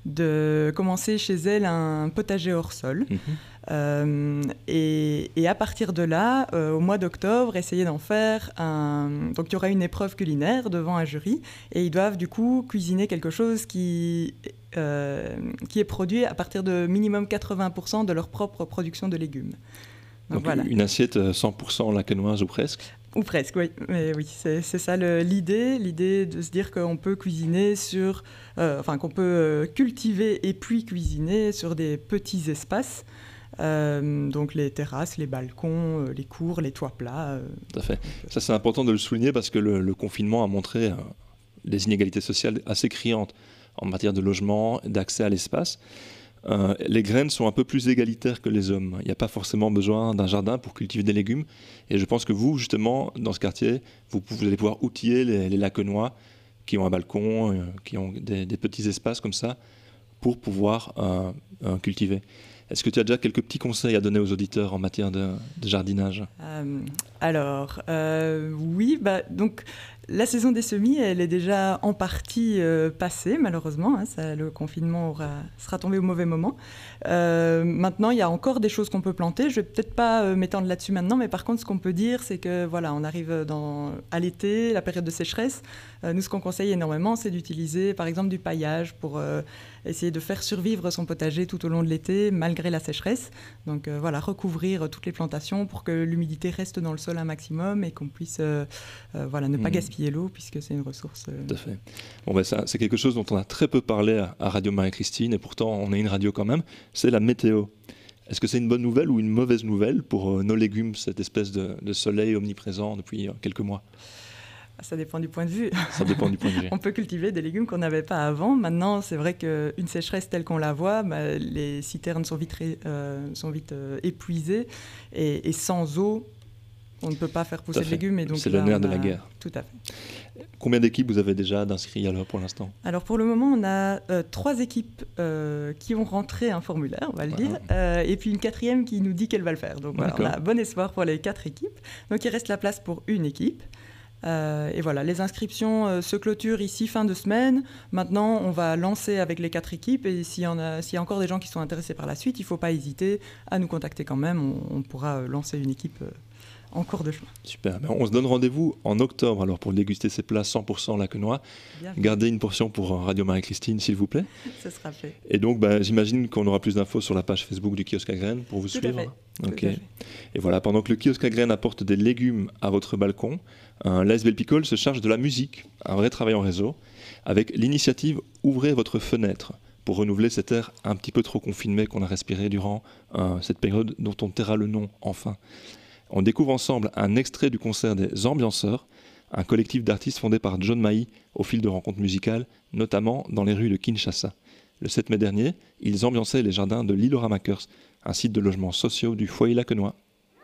[SPEAKER 1] de commencer chez elle un potager hors sol. Mmh. Euh, et, et à partir de là, euh, au mois d'octobre, essayer d'en faire un... Donc il y aura une épreuve culinaire devant un jury et ils doivent du coup cuisiner quelque chose qui, euh, qui est produit à partir de minimum quatre-vingts pour cent de leur propre production de légumes.
[SPEAKER 4] Donc, Donc voilà. Une assiette cent pour cent lacanoise ou presque ?
[SPEAKER 1] Ou presque, oui. Mais oui, c'est, c'est ça le, l'idée, l'idée de se dire qu'on peut cuisiner sur, euh, enfin qu'on peut cultiver et puis cuisiner sur des petits espaces, euh, donc les terrasses, les balcons, euh, les cours, les toits plats. Euh.
[SPEAKER 4] Tout à fait. Ça c'est important de le souligner parce que le, le confinement a montré euh, des inégalités sociales assez criantes en matière de logement, d'accès à l'espace. Euh, les graines sont un peu plus égalitaires que les hommes. Il n'y a pas forcément besoin d'un jardin pour cultiver des légumes. Et je pense que vous, justement, dans ce quartier, vous, vous allez pouvoir outiller les, les Lacenois qui ont un balcon, euh, qui ont des, des petits espaces comme ça, pour pouvoir euh, euh, cultiver. Est-ce que tu as déjà quelques petits conseils à donner aux auditeurs en matière de, de jardinage ?
[SPEAKER 1] euh, Alors, euh, oui, bah, donc... La saison des semis, elle est déjà en partie euh, passée, malheureusement. Hein, ça, le confinement aura, sera tombé au mauvais moment. Euh, maintenant, il y a encore des choses qu'on peut planter. Je ne vais peut-être pas euh, m'étendre là-dessus maintenant, mais par contre, ce qu'on peut dire, c'est que voilà, on arrive dans, à l'été, la période de sécheresse. Euh, nous, ce qu'on conseille énormément, c'est d'utiliser, par exemple, du paillage pour euh, essayer de faire survivre son potager tout au long de l'été, malgré la sécheresse. Donc euh, voilà, recouvrir toutes les plantations pour que l'humidité reste dans le sol un maximum et qu'on puisse euh, euh, voilà, ne pas mmh. gaspiller gaspiller l'eau puisque c'est une ressource. Euh...
[SPEAKER 4] Tout à fait. Bon, ben, ça, c'est quelque chose dont on a très peu parlé à, à Radio Marie-Christine et pourtant on est une radio quand même, c'est la météo. Est-ce que c'est une bonne nouvelle ou une mauvaise nouvelle pour euh, nos légumes, cette espèce de, de soleil omniprésent depuis euh, quelques mois?
[SPEAKER 1] Ça dépend du point de vue.
[SPEAKER 4] Ça dépend du point de vue.
[SPEAKER 1] On peut cultiver des légumes qu'on n'avait pas avant. Maintenant, c'est vrai qu'une sécheresse telle qu'on la voit, bah, les citernes sont vite, ré, euh, sont vite euh, épuisées et, et sans eau, on ne peut pas faire pousser de légumes. Et donc
[SPEAKER 4] c'est le nerf de la guerre.
[SPEAKER 1] Tout à fait.
[SPEAKER 4] Combien d'équipes vous avez déjà d'inscrits alors pour l'instant?
[SPEAKER 1] Alors pour le moment, on a euh, trois équipes euh, qui ont rentré un formulaire, on va le voilà. dire, euh, et puis une quatrième qui nous dit qu'elle va le faire. Donc voilà, on a bon espoir pour les quatre équipes. Donc il reste la place pour une équipe. Euh, et voilà, les inscriptions euh, se clôturent ici fin de semaine. Maintenant, on va lancer avec les quatre équipes et s'il y, en a, s'il y a encore des gens qui sont intéressés par la suite, il ne faut pas hésiter à nous contacter quand même. On, on pourra euh, lancer une équipe euh, en cours de chemin.
[SPEAKER 4] Super. Ben, on se donne rendez-vous en octobre alors pour déguster ces plats cent pour cent laquenois. Gardez une portion pour Radio Marie-Christine, s'il vous plaît.
[SPEAKER 1] Ce sera fait.
[SPEAKER 4] Et donc, ben, j'imagine qu'on aura plus d'infos sur la page Facebook du kiosque à graines pour vous
[SPEAKER 1] Tout
[SPEAKER 4] suivre.
[SPEAKER 1] À fait.
[SPEAKER 4] Ok. Et voilà, pendant que le kiosque à graines apporte des légumes à votre balcon, un l'A S Belpicole se charge de la musique, un vrai travail en réseau, avec l'initiative Ouvrez votre fenêtre pour renouveler cet air un petit peu trop confiné qu'on a respiré durant euh, cette période dont on taira le nom enfin. On découvre ensemble un extrait du concert des Ambianceurs, un collectif d'artistes fondé par John Mailly au fil de rencontres musicales, notamment dans les rues de Kinshasa. Le sept mai dernier, ils ambiançaient les jardins de l'île Makers, un site de logements sociaux du foyer laquenois.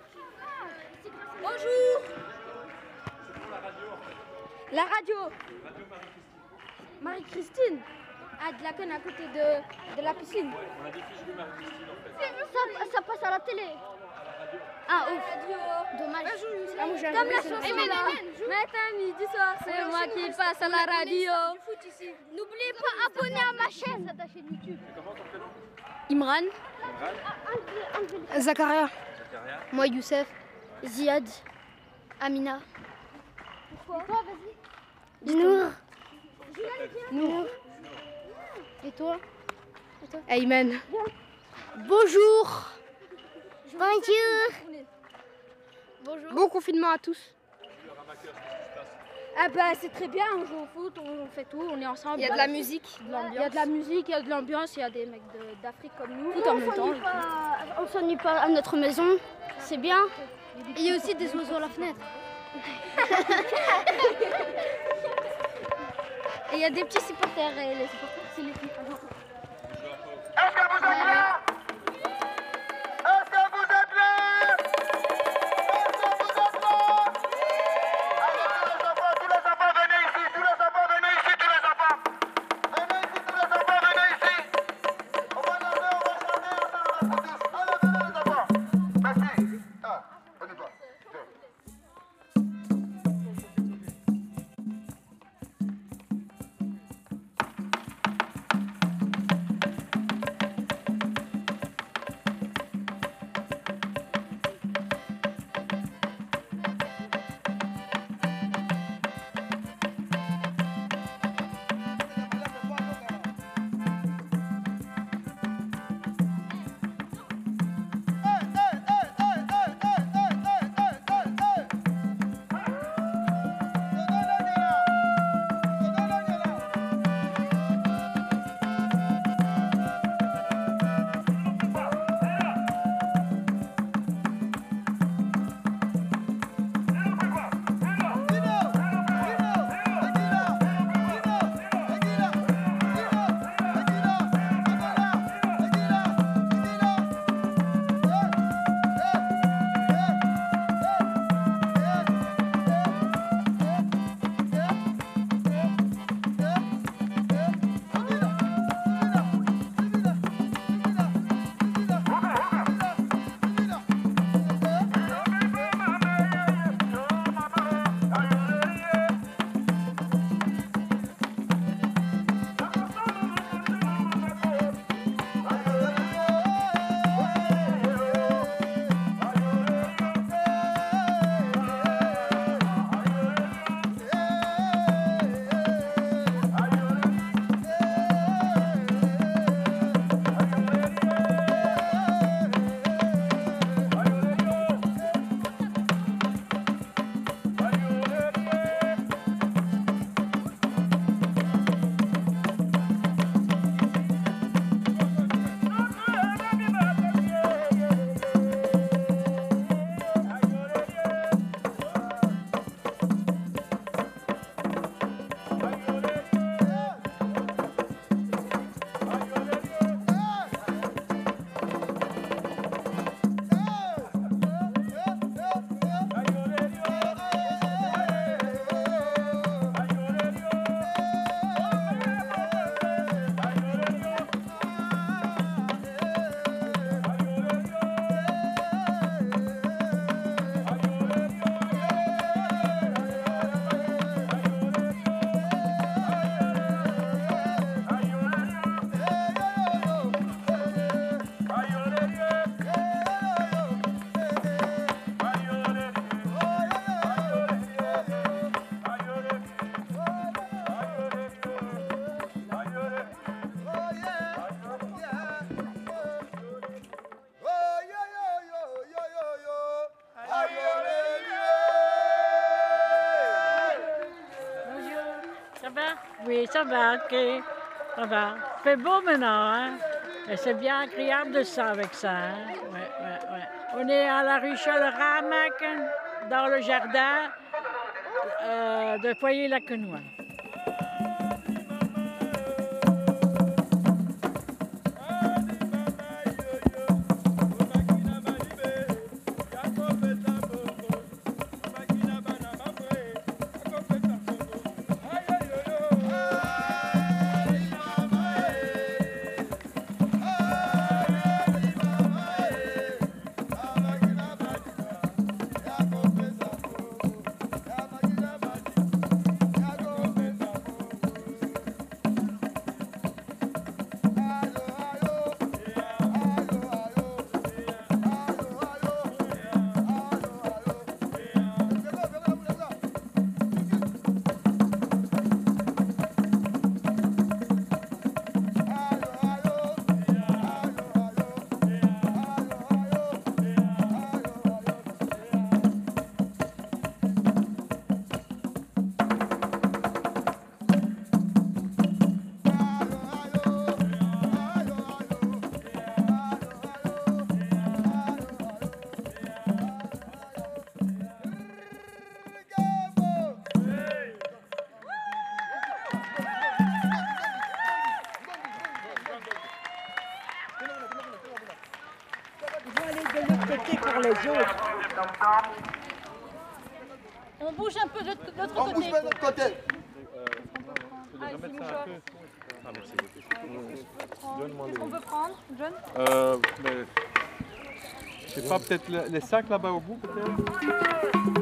[SPEAKER 2] La radio. Marie-Christine. Ah, de la conne à côté de, de la piscine.
[SPEAKER 21] On a des fiches de Marie-Christine en fait.
[SPEAKER 2] Ça, ça passe à la télé. Ah, ouf. Dommage. Ah, moi, Comme la chanson là. Maintenant, midi soir, c'est moi qui passe à la radio. N'oubliez pas abonner à ma chaîne. C'est ta chaîne YouTube.
[SPEAKER 21] Comment ton prénom?
[SPEAKER 2] Imran.
[SPEAKER 21] Imran.
[SPEAKER 2] Zakaria.
[SPEAKER 21] Zakaria.
[SPEAKER 2] Moi, Youssef. Ziad. Amina. Pourquoi? Toi, vas-y. Nour. Nour. Et toi? Et toi? Ayman. Bonjour. Bonjour. Bonjour. Bon confinement à tous. Ah bah c'est très bien, on joue au foot, on fait tout, on est ensemble. Il y a de la musique, il y a de la musique, il y a de l'ambiance, il y a des mecs de, d'Afrique comme nous. Tout en même temps. On s'ennuie pas à notre maison, c'est bien. Et il y a aussi des oiseaux à la fenêtre. Et il y a des petits supporters, et les supporters c'est les filles. Est-ce que vous êtes là? Est-ce que vous êtes là? Est-ce que vous êtes là? Allez, tous les enfants, tous les enfants, venez ici, tous les enfants, venez ici, tous les enfants. Venez ici, tous les enfants, venez ici. On va danser, on va chanter ensemble pour tous. Allez, venez les enfants. Merci. Ah, on y va.
[SPEAKER 5] Ça va? Oui, ça va, ok. Ça va. Il fait beau maintenant, hein? Et c'est bien agréable de ça avec ça, hein? Ouais, ouais, ouais. On est à la rue Charles-Ramac, dans le jardin euh, de Foyer-Lacquenois.
[SPEAKER 7] On bouge un peu de l'autre côté.
[SPEAKER 8] On bouge pas de l'autre côté.
[SPEAKER 7] Ah, qu'est-ce qu'on peut prendre, John?
[SPEAKER 17] euh, mais, Je sais pas, peut-être les sacs là-bas au bout, peut-être.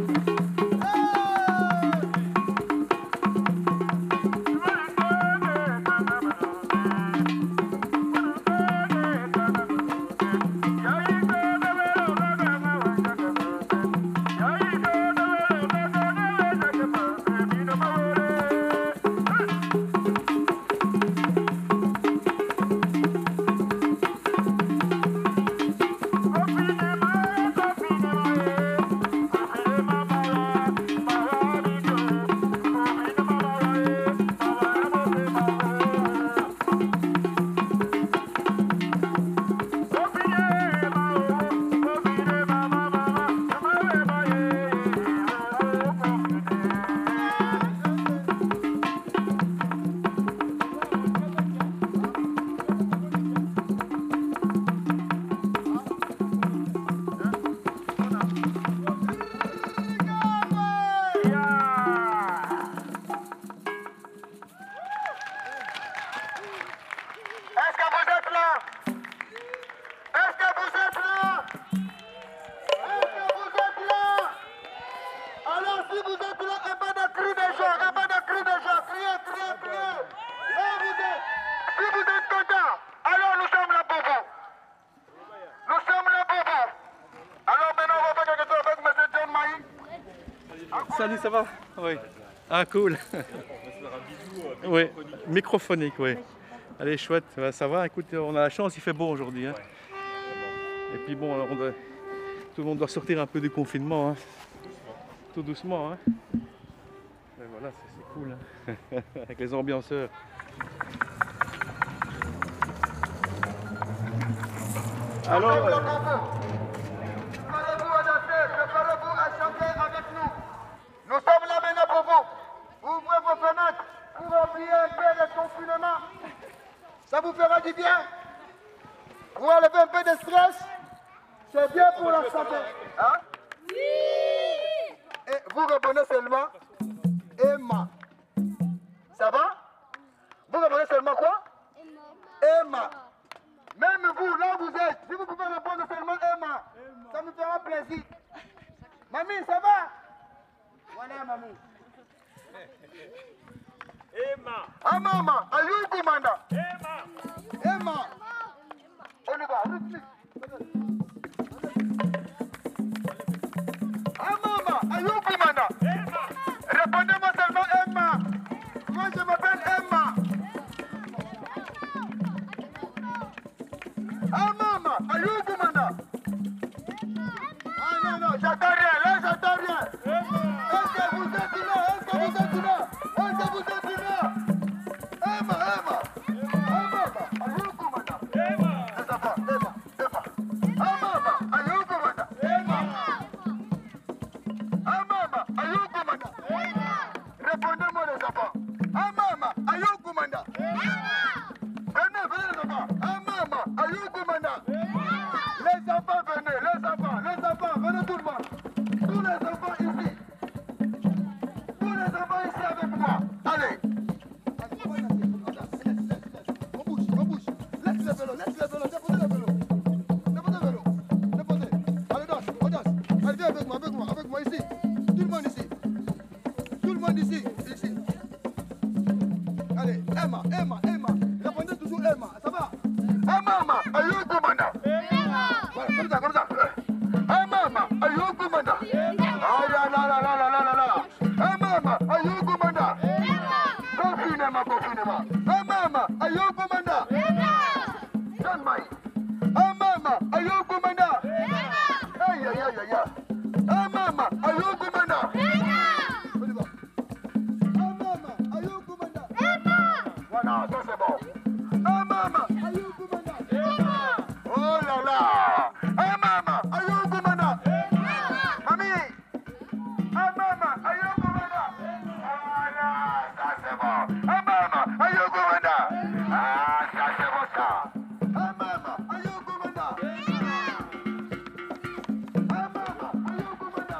[SPEAKER 17] Salut, ça va? Oui. Ah, cool. Oui, microphonique, oui. Allez, chouette, ça va, écoute, on a la chance, il fait beau aujourd'hui. Hein. Et puis bon, alors on doit, tout le monde doit sortir un peu du confinement, hein. Tout doucement. Hein. Et voilà, c'est cool, hein. Avec les ambianceurs. Alors, euh...
[SPEAKER 8] préparez-vous à danser, préparez-vous à chanter avec nous. Nous sommes là maintenant pour vous. Ouvrez vos fenêtres pour oublier un peu le confinement. Ça vous fera du bien. Vous enlevez un peu de stress. C'est bien pour la santé. Hein? Oui. Et vous répondez seulement Emma. Ça va? Vous répondez seulement quoi? Emma. Même vous, là où vous êtes, si vous pouvez répondre seulement Emma, ça nous fera plaisir. Mamie, ça va? Voilà, mamie.
[SPEAKER 22] Emma.
[SPEAKER 8] Ah, maman, allez, commandant.
[SPEAKER 22] Emma.
[SPEAKER 8] Emma. On y va, on y va. Ah, maman, allez, commandant.
[SPEAKER 22] Emma.
[SPEAKER 8] Répondez-moi seulement Emma. Moi, je m'appelle Emma. Ah, maman, allez, commandant. Ah, non, non, j'attends rien, là, j'attends rien. Est-ce que vous êtes là? Est-ce que vous êtes là? Est-ce que vous êtes là? venez tout le monde. Tous les enfants ici. Tous les enfants ici avec moi. Allez. On bouge, on bouge. Laisse le vélo, laisse le vélo, déposez le vélo. Déposez le vélo. Déposez. Allez, danse, on danse. Allez, viens avec moi, avec moi, avec moi ici. Tout le monde ici. Tout le monde ici, ici. Allez, Emma, Emma, Emma. Répondez toujours Emma, ça va? Emma, Emma, are you good, Manda? Emma. Voilà, comme ça, comme ça. Emma, Emma, are you good, Manda? Ah, là, là, là, là, là, là, là. Emma, Emma, are you good, Manda? Emma. Confine, Emma, confine, Emma. Emma, Emma, are you good, Manda? Emma. Don't mind. Emma, Emma, are you good, Manda? Emma. Aïe, aïe, aïe, aïe. Emma, Emma, are you good, Manda? Emma. Voilà, ça c'est bon. Ah maman, ayou Goumanda. Oh là là. Ah maman, ayou Goumanda. Mamie. Ah maman, ayou Goumanda. Voilà, ça c'est bon. Ah maman, ayou Goumanda. Ah, ça c'est bon ça. Ah maman, ayou Goumanda. Ah maman, ayou Goumanda.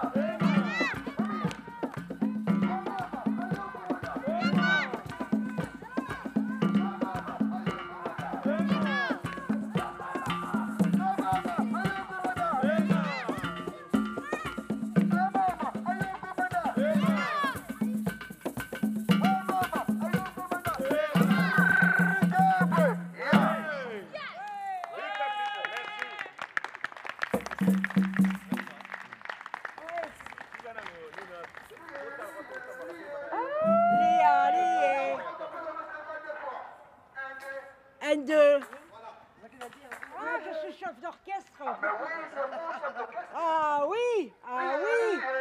[SPEAKER 9] Un, deux. Ah, je suis chef d'orchestre. Ah oui, ah oui.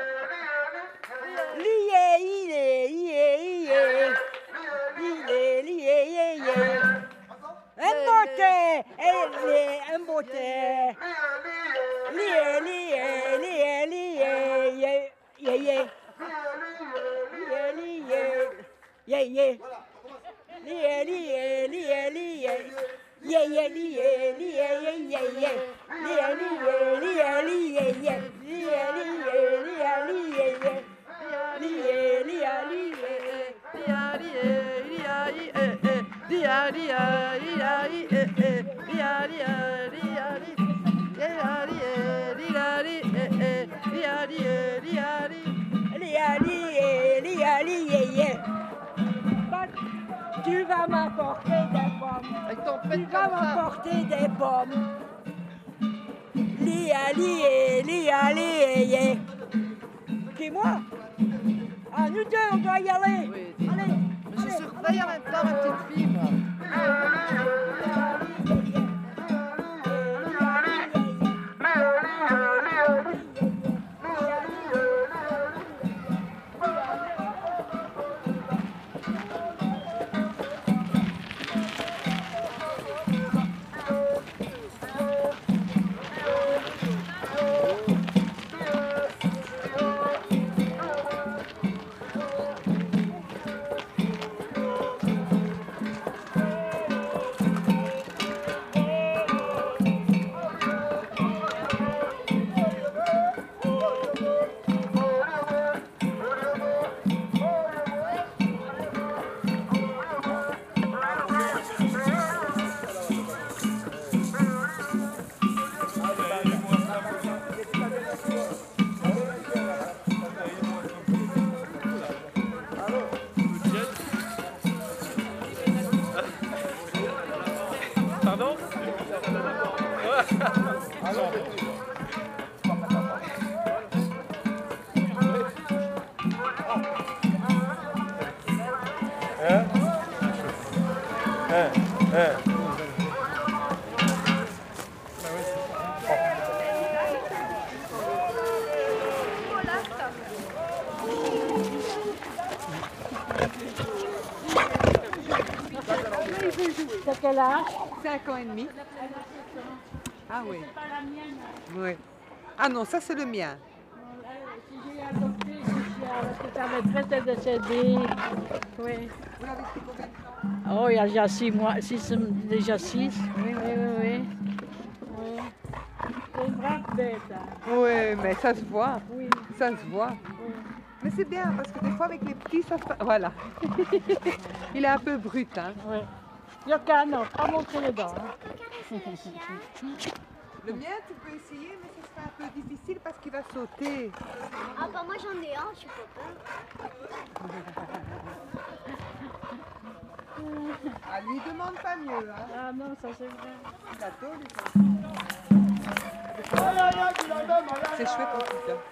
[SPEAKER 9] Lié, lié, lié, lié. Lié, lié, lié. Un beauté, un beauté. Lié, lié, lié, lié. Lié, lié. Lié, lié. Lié, lié. Lié, lié, lié, lié. Yeah, yeah, lié, lié, yeah, yeah, yeah. Lié, lié, lié, lié, yeah. Lié, lié, lié, lié, yeah. Lié, lié, lié. Lié, lié, lié, lié, lié, lié, lié, lié, lié, lié. Tu vas m'apporter des pommes. Tu vas m'apporter des pommes. Lia, lia, lia, lia. Qui, moi? Ah, nous deux, on doit y aller. Oui. Allez.
[SPEAKER 10] Je surveille en même temps ma petite fille, moi.
[SPEAKER 9] C'est quel âge?
[SPEAKER 10] Cinq ans et demi. Ah oui. Oui. Ah non, ça c'est le mien.
[SPEAKER 9] Si j'ai adopté, parce que sa maîtresse est décédée. Oui.
[SPEAKER 10] Vous l'avez pris combien de temps?
[SPEAKER 9] Oh, il y a déjà six mois, six, déjà six. Oui, oui, oui, oui. Oui. C'est vrai.
[SPEAKER 5] bête. Hein.
[SPEAKER 10] Oui, mais ça se voit.
[SPEAKER 5] Oui.
[SPEAKER 10] Ça se voit.
[SPEAKER 5] Oui.
[SPEAKER 10] Mais c'est bien parce que des fois avec les petits, ça se passe. Voilà. Il est un peu brut. Hein.
[SPEAKER 5] Oui. Yoka, non, pas montrer les dents. Hein.
[SPEAKER 10] Le mien, tu peux essayer, mais ce sera un peu difficile parce qu'il va sauter.
[SPEAKER 2] Ah bah moi j'en ai un, je peux pas.
[SPEAKER 10] Ah, lui demande pas mieux. Hein.
[SPEAKER 5] Ah non, ça c'est vrai.
[SPEAKER 10] Il a tôt, lui. C'est chouette en tout cas.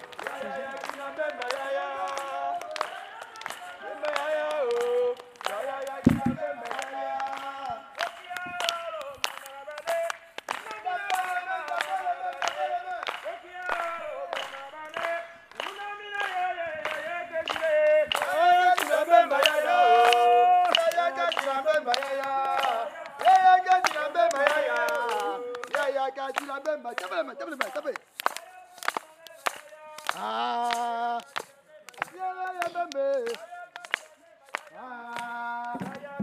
[SPEAKER 8] Ah, yeah, yeah, baby. Ah,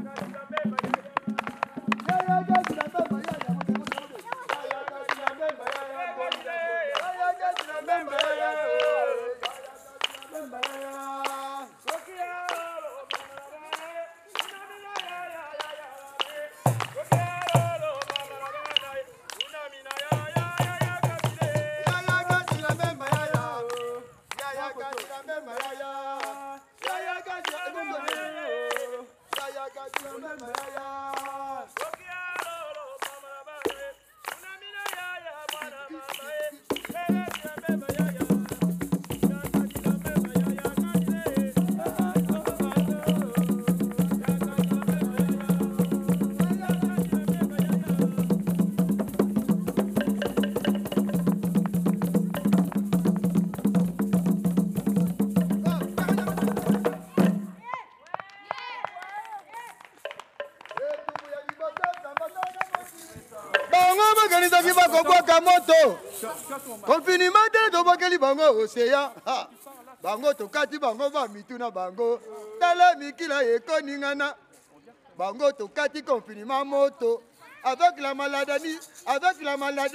[SPEAKER 12] bakangisaki bakobwaka moto konfinima te tobakeli bango oseya bango tokati bango bamitu na bango tala mikila ekoningana bango tokati konfinima moto avec la maladie avec la maladie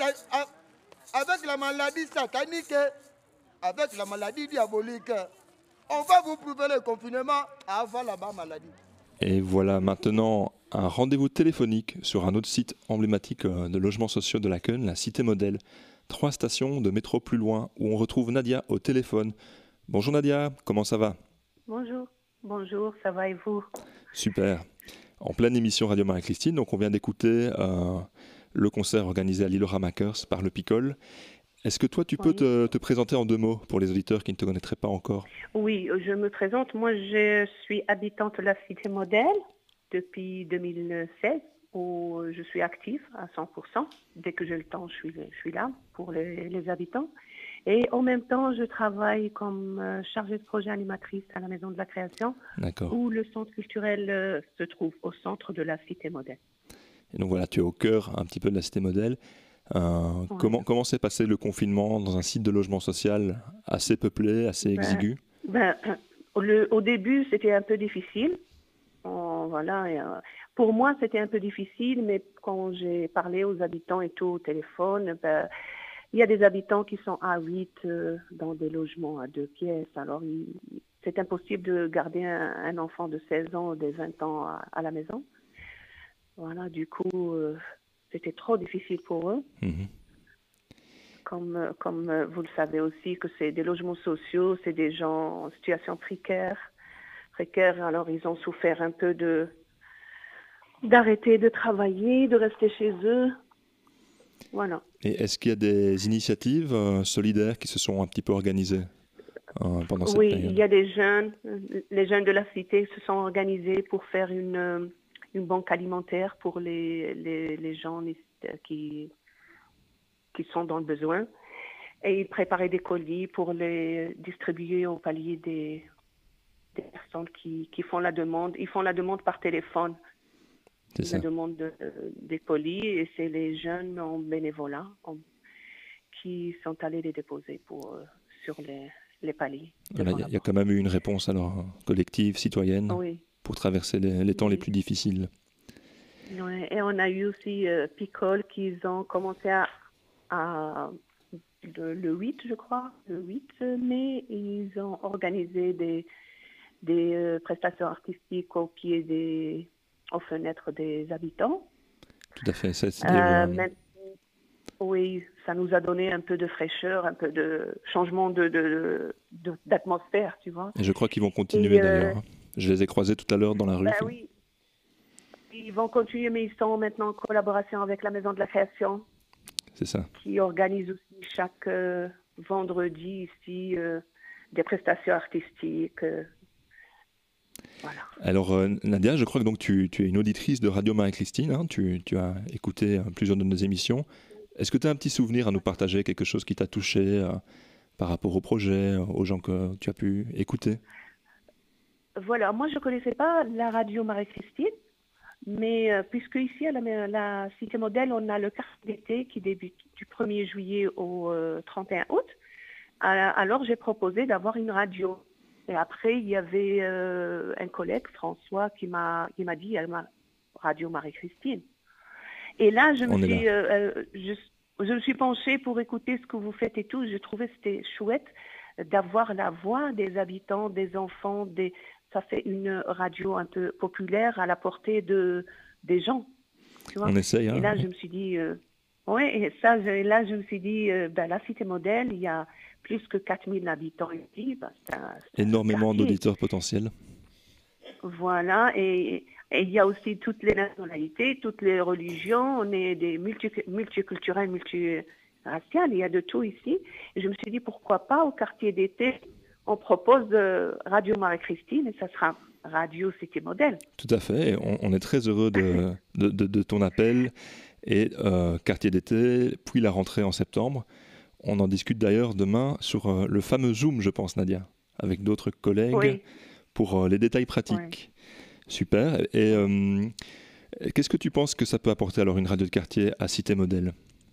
[SPEAKER 12] avec la maladie satanique avec la maladie diabolique on va vous prouver le confinement avant la bas maladie.
[SPEAKER 4] Et voilà maintenant un rendez-vous téléphonique sur un autre site emblématique de logements sociaux de Laken, la Cité Modèle. Trois stations de métro plus loin où on retrouve Nadia au téléphone. Bonjour Nadia, comment ça va?
[SPEAKER 13] Bonjour, bonjour, ça va et vous?
[SPEAKER 4] Super. En pleine émission Radio Marie-Christine, donc on vient d'écouter euh, le concert organisé à Lille Ramakers par le Picole. Est-ce que toi tu peux oui. te, te présenter en deux mots pour les auditeurs qui ne te connaîtraient pas encore?
[SPEAKER 13] Oui, je me présente. Moi je suis habitante de la Cité Modèle depuis deux mille seize où je suis active à cent pour cent. Dès que j'ai le temps, je suis, je suis là pour les, les habitants. Et en même temps, je travaille comme chargée de projet animatrice à la Maison de la Création, où le centre culturel se trouve au centre de la Cité Modèle.
[SPEAKER 4] Et donc voilà, tu es au cœur un petit peu de la Cité Modèle. Euh, ouais. Comment, comment s'est passé le confinement dans un site de logement social assez peuplé, assez
[SPEAKER 13] ben,
[SPEAKER 4] exigu?
[SPEAKER 13] ben, le, Au début, c'était un peu difficile. Oh, voilà, et, euh, pour moi, c'était un peu difficile, mais quand j'ai parlé aux habitants et tout au téléphone, ben, il y a des habitants qui sont à huit euh, dans des logements à deux pièces. Alors, il, c'est impossible de garder un, un enfant de seize ans ou de vingt ans à, à la maison. Voilà, du coup, euh, c'était trop difficile pour eux. Mmh. Comme, comme vous le savez aussi, que c'est des logements sociaux, c'est des gens en situation précaire. précaire. Alors, ils ont souffert un peu de d'arrêter de travailler, de rester chez eux. Voilà.
[SPEAKER 4] Et est-ce qu'il y a des initiatives euh, solidaires qui se sont un petit peu organisées euh, pendant cette
[SPEAKER 13] oui,
[SPEAKER 4] période?
[SPEAKER 13] Oui, il y a des jeunes, les jeunes de la cité se sont organisés pour faire une, une banque alimentaire pour les, les, les gens qui, qui sont dans le besoin. Et ils préparaient des colis pour les distribuer au palier des, des personnes qui, qui font la demande. Ils font la demande par téléphone. C'est ça. La demande de, euh, des colis, et c'est les jeunes en bénévolat en, qui sont allés les déposer pour, euh, sur les, les paliers.
[SPEAKER 4] Il voilà, y, y a quand même eu une réponse alors collective, citoyenne, oui. pour traverser les, les temps oui. les plus difficiles.
[SPEAKER 13] Ouais, et on a eu aussi euh, Picole qui ont commencé à, à, le, le huit, je crois, le huit mai, ils ont organisé des, des euh, prestations artistiques au pied des, aux fenêtres des habitants.
[SPEAKER 4] Tout à fait. Ça,
[SPEAKER 13] Euh,
[SPEAKER 4] euh...
[SPEAKER 13] maintenant, oui, ça nous a donné un peu de fraîcheur, un peu de changement de, de, de, d'atmosphère, tu vois.
[SPEAKER 4] Et je crois qu'ils vont continuer
[SPEAKER 13] Et, euh,
[SPEAKER 4] d'ailleurs. Je les ai croisés tout à l'heure dans la rue.
[SPEAKER 13] Ben oui, ils vont continuer, mais ils sont maintenant en collaboration avec la Maison de la Création,
[SPEAKER 4] C'est ça.
[SPEAKER 13] qui organise aussi chaque euh, vendredi ici euh, des prestations artistiques. euh, voilà.
[SPEAKER 4] Alors euh, Nadia, je crois que donc tu, tu es une auditrice de Radio Marie-Christine, hein, tu, tu as écouté euh, plusieurs de nos émissions. Est-ce que tu as un petit souvenir à nous partager, quelque chose qui t'a touché euh, par rapport au projet, euh, aux gens que tu as pu écouter?
[SPEAKER 13] Voilà, moi je ne connaissais pas la Radio Marie-Christine, mais euh, puisque ici à la, la Cité Modèle, on a le quartier d'été qui débute du premier juillet au euh, trente et un août, alors j'ai proposé d'avoir une radio. Et après, il y avait euh, un collègue, François, qui m'a qui m'a dit, il y a ma Radio Marie-Christine. Et là, je me,
[SPEAKER 4] On est
[SPEAKER 13] suis,
[SPEAKER 4] là.
[SPEAKER 13] euh, euh, je, je me suis penchée pour écouter ce que vous faites et tout. Je trouvais que c'était chouette d'avoir la voix des habitants, des enfants. Des... Ça fait une radio un peu populaire à la portée de, des gens. Tu vois.
[SPEAKER 4] On essaye. Hein.
[SPEAKER 13] Et là, je me suis dit... Euh, oui, et ça, je, là, je me suis dit, euh, ben, la Cité Modèle, il y a plus que quatre mille habitants ici. Ben, c'est un, c'est
[SPEAKER 4] Énormément
[SPEAKER 13] un quartier.
[SPEAKER 4] d'auditeurs potentiels.
[SPEAKER 13] Voilà, et, et il y a aussi toutes les nationalités, toutes les religions. On est des multi, multiculturels, multiraciales, il y a de tout ici. Et je me suis dit, pourquoi pas, au quartier d'été, on propose de Radio Marie-Christine, et ça sera Radio Cité Modèle.
[SPEAKER 4] Tout à fait, et on, on est très heureux de, de, de, de ton appel. Et euh, quartier d'été, puis la rentrée en septembre. On en discute d'ailleurs demain sur euh, le fameux Zoom, je pense, Nadia, avec d'autres collègues,
[SPEAKER 13] oui.
[SPEAKER 4] pour euh, les détails pratiques. Oui. Super. Et euh, qu'est-ce que tu penses que ça peut apporter alors une radio de quartier à Cité Modèle?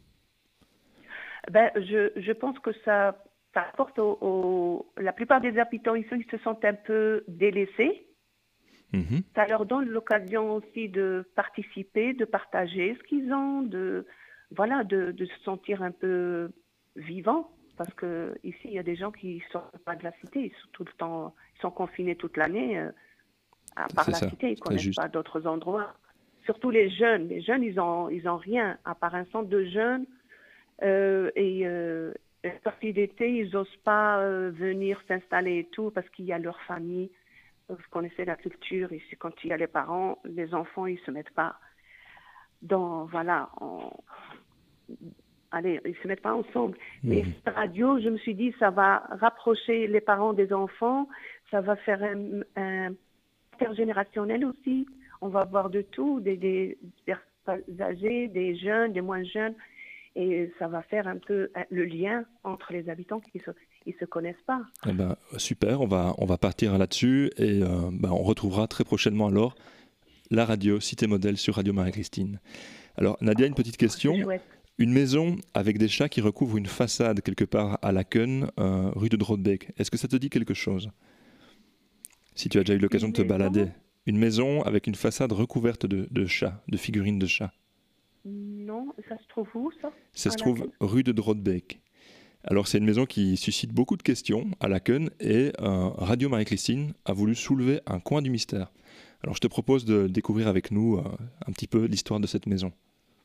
[SPEAKER 13] Ben, je, je pense que ça, ça apporte au, au... La plupart des habitants ici, ils se sentent un peu délaissés. Mmh. Ça leur donne l'occasion aussi de participer, de partager ce qu'ils ont, de, voilà, de, de se sentir un peu vivants. Parce que ici, il y a des gens qui ne sortent pas de la cité, ils sont tout le temps, ils sont confinés toute l'année, euh, à part la
[SPEAKER 4] ça.
[SPEAKER 13] cité, ils ne connaissent pas d'autres endroits. Surtout les jeunes. Les jeunes, ils n'ont ils ont rien, à part un centre de jeunes. Euh, et euh, partie d'été, ils n'osent pas euh, venir s'installer et tout, parce qu'il y a leur famille. Vous connaissez la culture, ici, quand il y a les parents, les enfants, ils ne se mettent pas dans, voilà, en... allez, ils se mettent pas ensemble. Mmh. Mais cette radio, je me suis dit, ça va rapprocher les parents des enfants, ça va faire un, un intergénérationnel aussi. On va avoir de tout, des, des, des âgés, des jeunes, des moins jeunes, et ça va faire un peu le lien entre les habitants qui se, ils se connaissent pas.
[SPEAKER 4] Eh ben, super, on va, on va partir là-dessus et euh, ben, on retrouvera très prochainement alors la radio Cité Modèle sur Radio Marie-Christine. Alors Nadia, une petite question. Une maison avec des chats qui recouvrent une façade quelque part à Laken, euh, rue de Drodbeek, est-ce que ça te dit quelque chose? Si tu as déjà eu l'occasion de te balader. Une maison avec une façade recouverte de, de chats, de figurines de chats.
[SPEAKER 13] Non, ça se trouve où ça?
[SPEAKER 4] Ça se trouve rue de Drodbeek. Alors c'est une maison qui suscite beaucoup de questions à Laken et euh, Radio Marie-Christine a voulu soulever un coin du mystère. Alors je te propose de découvrir avec nous euh, un petit peu l'histoire de cette maison.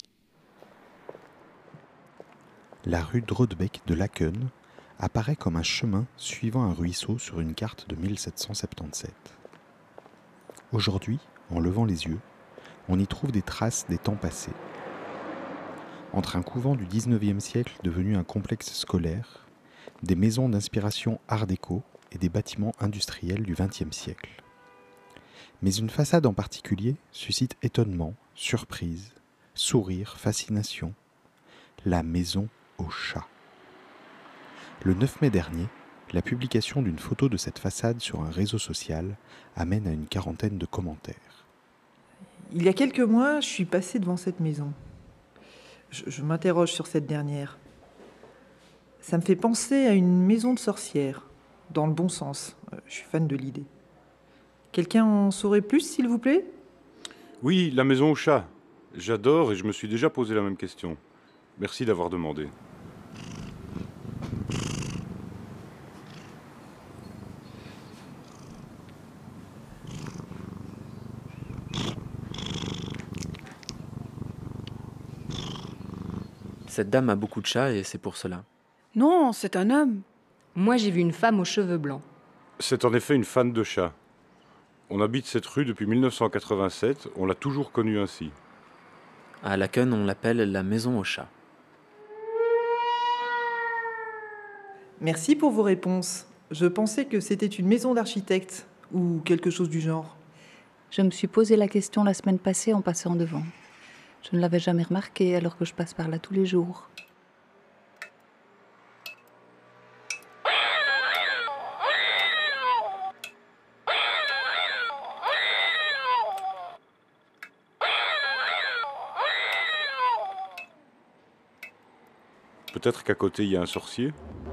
[SPEAKER 14] La rue Drodbeek de Laken apparaît comme un chemin suivant un ruisseau sur une carte de mille sept cent soixante-dix-sept. Aujourd'hui, en levant les yeux, on y trouve des traces des temps passés. Entre un couvent du dix-neuvième siècle devenu un complexe scolaire, des maisons d'inspiration art déco et des bâtiments industriels du vingtième siècle. Mais une façade en particulier suscite étonnement, surprise, sourire, fascination. La maison au chat. Le neuf mai dernier, la publication d'une photo de cette façade sur un réseau social amène à une quarantaine de commentaires.
[SPEAKER 15] Il y a quelques mois, je suis passée devant cette maison. Je, je m'interroge sur cette dernière. Ça me fait penser à une maison de sorcières, dans le bon sens. Je suis fan de l'idée. Quelqu'un en saurait plus, s'il vous plaît?
[SPEAKER 22] Oui, la maison au chat. J'adore et je me suis déjà posé la même question. Merci d'avoir demandé.
[SPEAKER 11] Cette dame a beaucoup de chats et c'est pour cela.
[SPEAKER 18] Non, c'est un homme.
[SPEAKER 19] Moi, j'ai vu une femme aux cheveux blancs.
[SPEAKER 20] C'est en effet une fan de chats. On habite cette rue depuis mille neuf cent quatre-vingt-sept, on l'a toujours connue ainsi.
[SPEAKER 11] À Laken, on l'appelle la maison aux chats.
[SPEAKER 15] Merci pour vos réponses. Je pensais que c'était une maison d'architecte ou quelque chose du genre.
[SPEAKER 23] Je me suis posé la question la semaine passée en passant devant. Je ne l'avais jamais remarqué alors que je passe par là tous les jours.
[SPEAKER 20] Peut-être qu'à côté il y a un sorcier?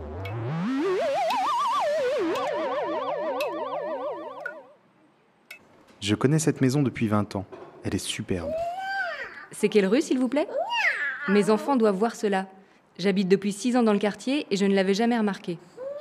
[SPEAKER 14] Je connais cette maison depuis vingt ans. Elle est superbe.
[SPEAKER 23] C'est quelle rue, s'il vous plaît? Mes enfants doivent voir cela. J'habite depuis six ans dans le quartier et je ne l'avais jamais remarqué.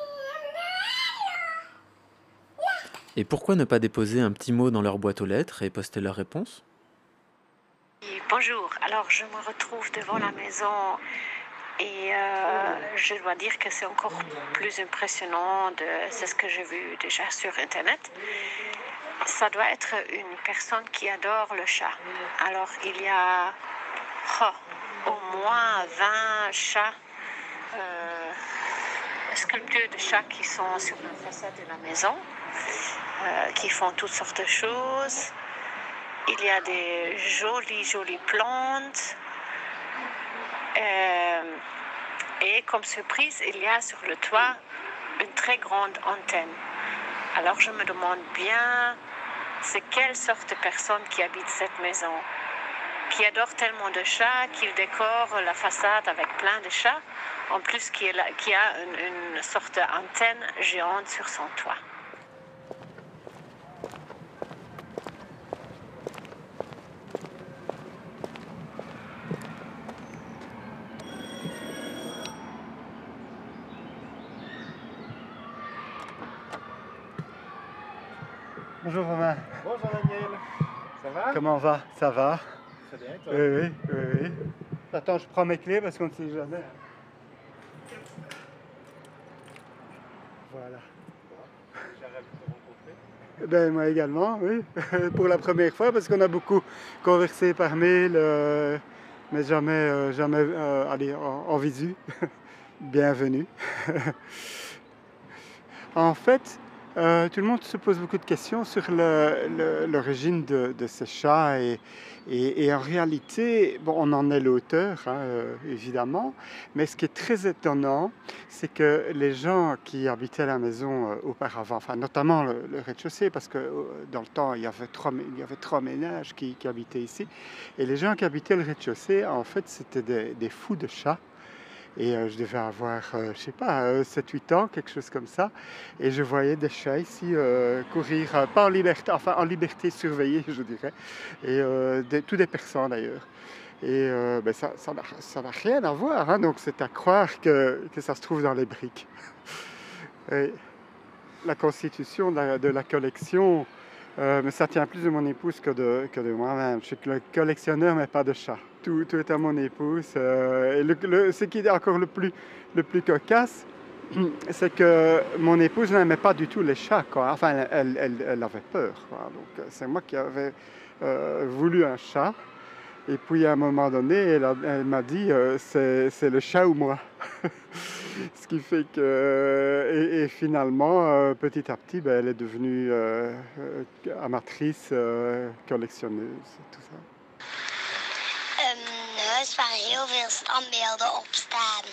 [SPEAKER 11] Et pourquoi ne pas déposer un petit mot dans leur boîte aux lettres et poster leur réponse?
[SPEAKER 24] Bonjour, alors je me retrouve devant la maison et euh, je dois dire que c'est encore plus impressionnant, de, c'est ce que j'ai vu déjà sur Internet. Ça doit être une personne qui adore le chat. Alors il y a oh, au moins vingt chats, euh, sculptures de chats qui sont sur la façade de la maison, euh, qui font toutes sortes de choses. Il y a des jolies, jolies plantes. Euh, et comme surprise, il y a sur le toit une très grande antenne. Alors je me demande bien, c'est quelle sorte de personne qui habite cette maison, qui adore tellement de chats, qu'il décore la façade avec plein de chats, en plus qui, est là, qui a une, une sorte d'antenne géante sur son toit.
[SPEAKER 27] Bonjour Romain.
[SPEAKER 22] Bonjour Daniel. Ça va?
[SPEAKER 27] Comment on va? Ça va?
[SPEAKER 22] Très bien, toi?
[SPEAKER 27] Oui, oui, oui, oui. Attends, je prends mes clés parce qu'on ne sait jamais. Voilà.
[SPEAKER 22] J'ai ravi de te rencontrer.
[SPEAKER 27] Ben, moi également, oui. Pour la première fois parce qu'on a beaucoup conversé par mail, euh, mais jamais, euh, jamais euh, allez, en, en visu. Bienvenue. En fait, Euh, tout le monde se pose beaucoup de questions sur le, le, l'origine de, de ces chats et, et, et en réalité, bon, on en est l'auteur, hein, euh, évidemment, mais ce qui est très étonnant, c'est que les gens qui habitaient la maison euh, auparavant, enfin notamment le, le rez-de-chaussée, parce que euh, dans le temps, il y avait trois, il y avait trois ménages qui, qui habitaient ici, et les gens qui habitaient le rez-de-chaussée, en fait, c'était des, des fous de chats. Et euh, je devais avoir, euh, je sais pas, euh, sept huit ans, quelque chose comme ça. Et je voyais des chats ici euh, courir, euh, pas en liberté, enfin en liberté surveillée, je dirais. Et euh, des, tous des persans d'ailleurs. Et euh, ben, ça ça n'a, ça n'a rien à voir, hein, donc c'est à croire que, que ça se trouve dans les briques. Et la constitution de la, de la collection, euh, mais ça tient plus de mon épouse que de, que de moi-même. Je suis le collectionneur, mais pas de chats. Tout, tout est à mon épouse. Euh, et le, le, ce qui est encore le plus, le plus cocasse, c'est que mon épouse n'aimait pas du tout les chats, quoi. Enfin, elle, elle, elle avait peur, quoi. Donc, c'est moi qui avais euh, voulu un chat. Et puis, à un moment donné, elle, a, elle m'a dit euh, c'est, c'est le chat ou moi. Ce qui fait que, et, et finalement, euh, petit à petit, ben, elle est devenue euh, amatrice, euh, collectionneuse, tout ça.
[SPEAKER 2] Een huis waar heel veel standbeelden op staan.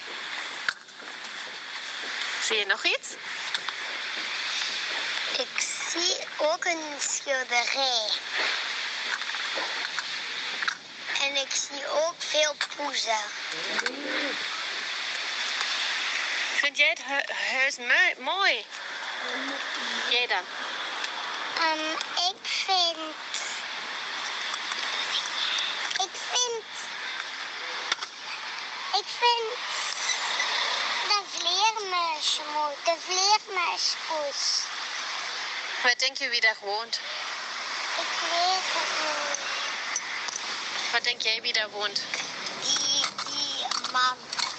[SPEAKER 24] Zie je nog iets?
[SPEAKER 2] Ik zie ook een schilderij. En ik zie ook veel poezen.
[SPEAKER 24] Vind jij het hu- huis mo- mooi? Jij dan?
[SPEAKER 2] Um, ik vind... Ik vind... Ik vind... De vleermuisje mooi. De vleermuispoes.
[SPEAKER 24] Wat denk je wie daar woont?
[SPEAKER 2] Ik weet het niet.
[SPEAKER 24] Wat denk jij wie daar woont?
[SPEAKER 2] Die, die
[SPEAKER 1] man.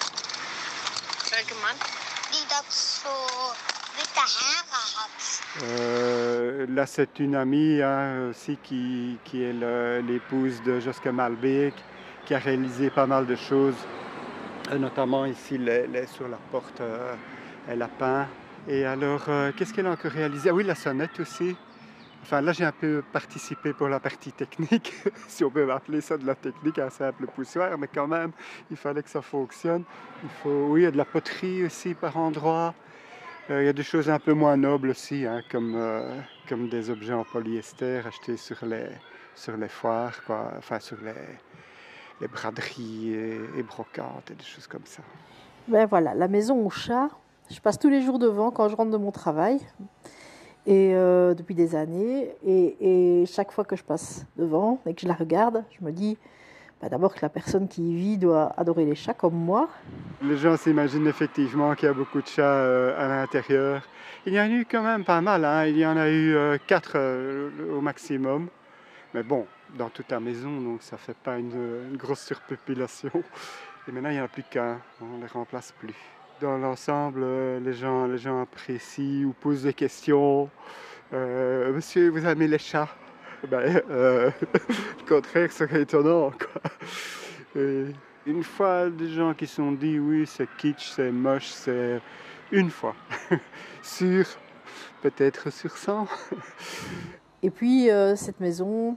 [SPEAKER 1] Welke man? Die dat zo witte haren had.
[SPEAKER 27] Euh, là, c'est une amie hein, aussi qui, qui est le- l'épouse de Joske Malbeek, qui a réalisé pas mal de choses, euh, notamment ici les, les- sur la porte, euh, elle a peint. Et alors, euh, qu'est-ce qu'elle a encore réalisé? Ah oui, la sonnette aussi. Enfin, là, j'ai un peu participé pour la partie technique, si on peut appeler ça de la technique, un simple poussoir, mais quand même, il fallait que ça fonctionne. Il faut, oui, il y a de la poterie aussi par endroits. Euh, il y a des choses un peu moins nobles aussi, hein, comme, euh, comme des objets en polyester achetés sur les, sur les foires, quoi. Enfin, sur les, les braderies et, et brocantes et des choses comme ça.
[SPEAKER 3] Ben voilà, la maison au chat, je passe tous les jours devant quand je rentre de mon travail, et euh, depuis des années, et, et chaque fois que je passe devant et que je la regarde, je me dis ben d'abord que la personne qui y vit doit adorer les chats comme moi.
[SPEAKER 27] Les gens s'imaginent effectivement qu'il y a beaucoup de chats euh, à l'intérieur. Il y en a eu quand même pas mal, hein. Il y en a eu euh, quatre euh, au maximum. Mais bon, dans toute la maison, donc ça fait pas une, une grosse surpopulation. Et maintenant, il n'y en a plus qu'un, on ne les remplace plus. Dans l'ensemble, euh, les gens, les gens apprécient ou posent des questions. Euh, Monsieur, vous aimez les chats? Ben, euh, le contraire serait étonnant, quoi. Et une fois, des gens qui se sont dit oui, c'est kitsch, c'est moche, c'est une fois. Sur, peut-être sur cent.
[SPEAKER 3] Et puis euh, cette maison,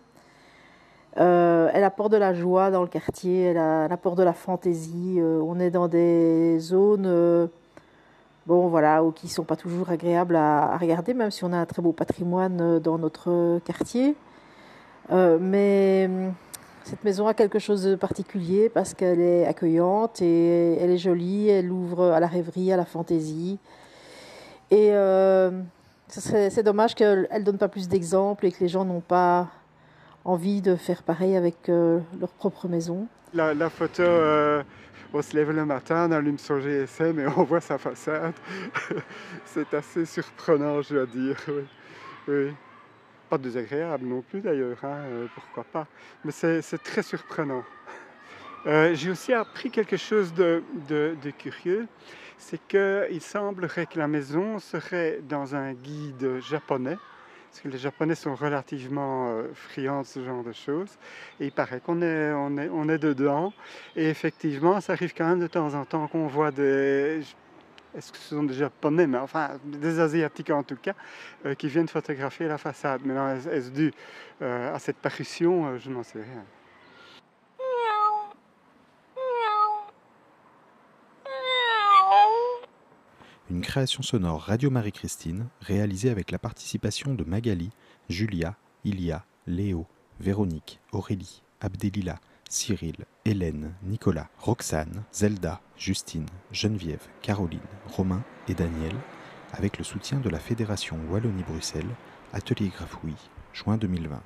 [SPEAKER 3] euh, elle apporte de la joie dans le quartier, elle, a- elle apporte de la fantaisie. Euh, on est dans des zones, euh, bon voilà, où- qui sont pas toujours agréables à, à regarder, même si on a un très beau patrimoine euh, dans notre quartier. Euh, mais hum, cette maison a quelque chose de particulier parce qu'elle est accueillante et elle est jolie, elle ouvre à la rêverie, à la fantaisie. Et euh, ce serait- c'est dommage qu'elle ne donne pas plus d'exemples et que les gens n'ont pas envie de faire pareil avec euh, leur propre maison.
[SPEAKER 27] La, la photo, euh, on se lève le matin, on allume son G S M et on voit sa façade. C'est assez surprenant, je dois dire. Oui. Oui. Pas désagréable non plus d'ailleurs, hein, euh, pourquoi pas. Mais c'est c'est très surprenant. Euh, J'ai aussi appris quelque chose de, de- de curieux, c'est qu'il semblerait que la maison serait dans un guide japonais, parce que les Japonais sont relativement euh, friands de ce genre de choses, et il paraît qu'on est, on est, on est dedans, et effectivement, ça arrive quand même de temps en temps qu'on voit des... Est-ce que ce sont des Japonais, mais enfin des Asiatiques en tout cas, euh, qui viennent photographier la façade. Maintenant, est-ce est-ce dû euh, à cette parution? Euh, Je n'en sais rien.
[SPEAKER 14] Une création sonore Radio Marie-Christine réalisée avec la participation de Magali, Julia, Ilia, Léo, Véronique, Aurélie, Abdelila, Cyril, Hélène, Nicolas, Roxane, Zelda, Justine, Geneviève, Caroline, Romain et Daniel, avec le soutien de la Fédération Wallonie-Bruxelles, Atelier Grafouille, juin deux mille vingt.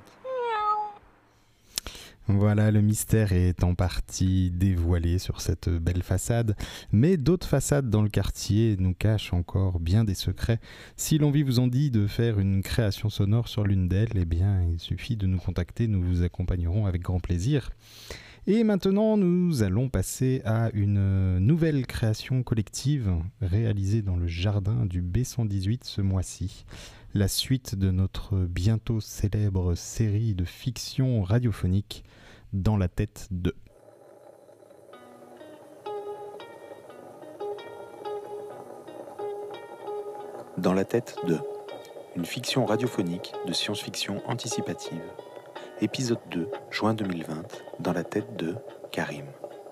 [SPEAKER 6] Voilà, le mystère est en partie dévoilé sur cette belle façade, mais d'autres façades dans le quartier nous cachent encore bien des secrets. Si l'envie vous en dit de faire une création sonore sur l'une d'elles, eh bien, il suffit de nous contacter, nous vous accompagnerons avec grand plaisir. Et maintenant, nous allons passer à une nouvelle création collective réalisée dans le jardin du B cent dix-huit ce mois-ci. La suite de notre bientôt célèbre série de fiction radiophonique Dans la tête de.
[SPEAKER 14] Dans la tête de. Une fiction radiophonique de science-fiction anticipative. Épisode deux, juin deux mille vingt, Dans la tête de Karim.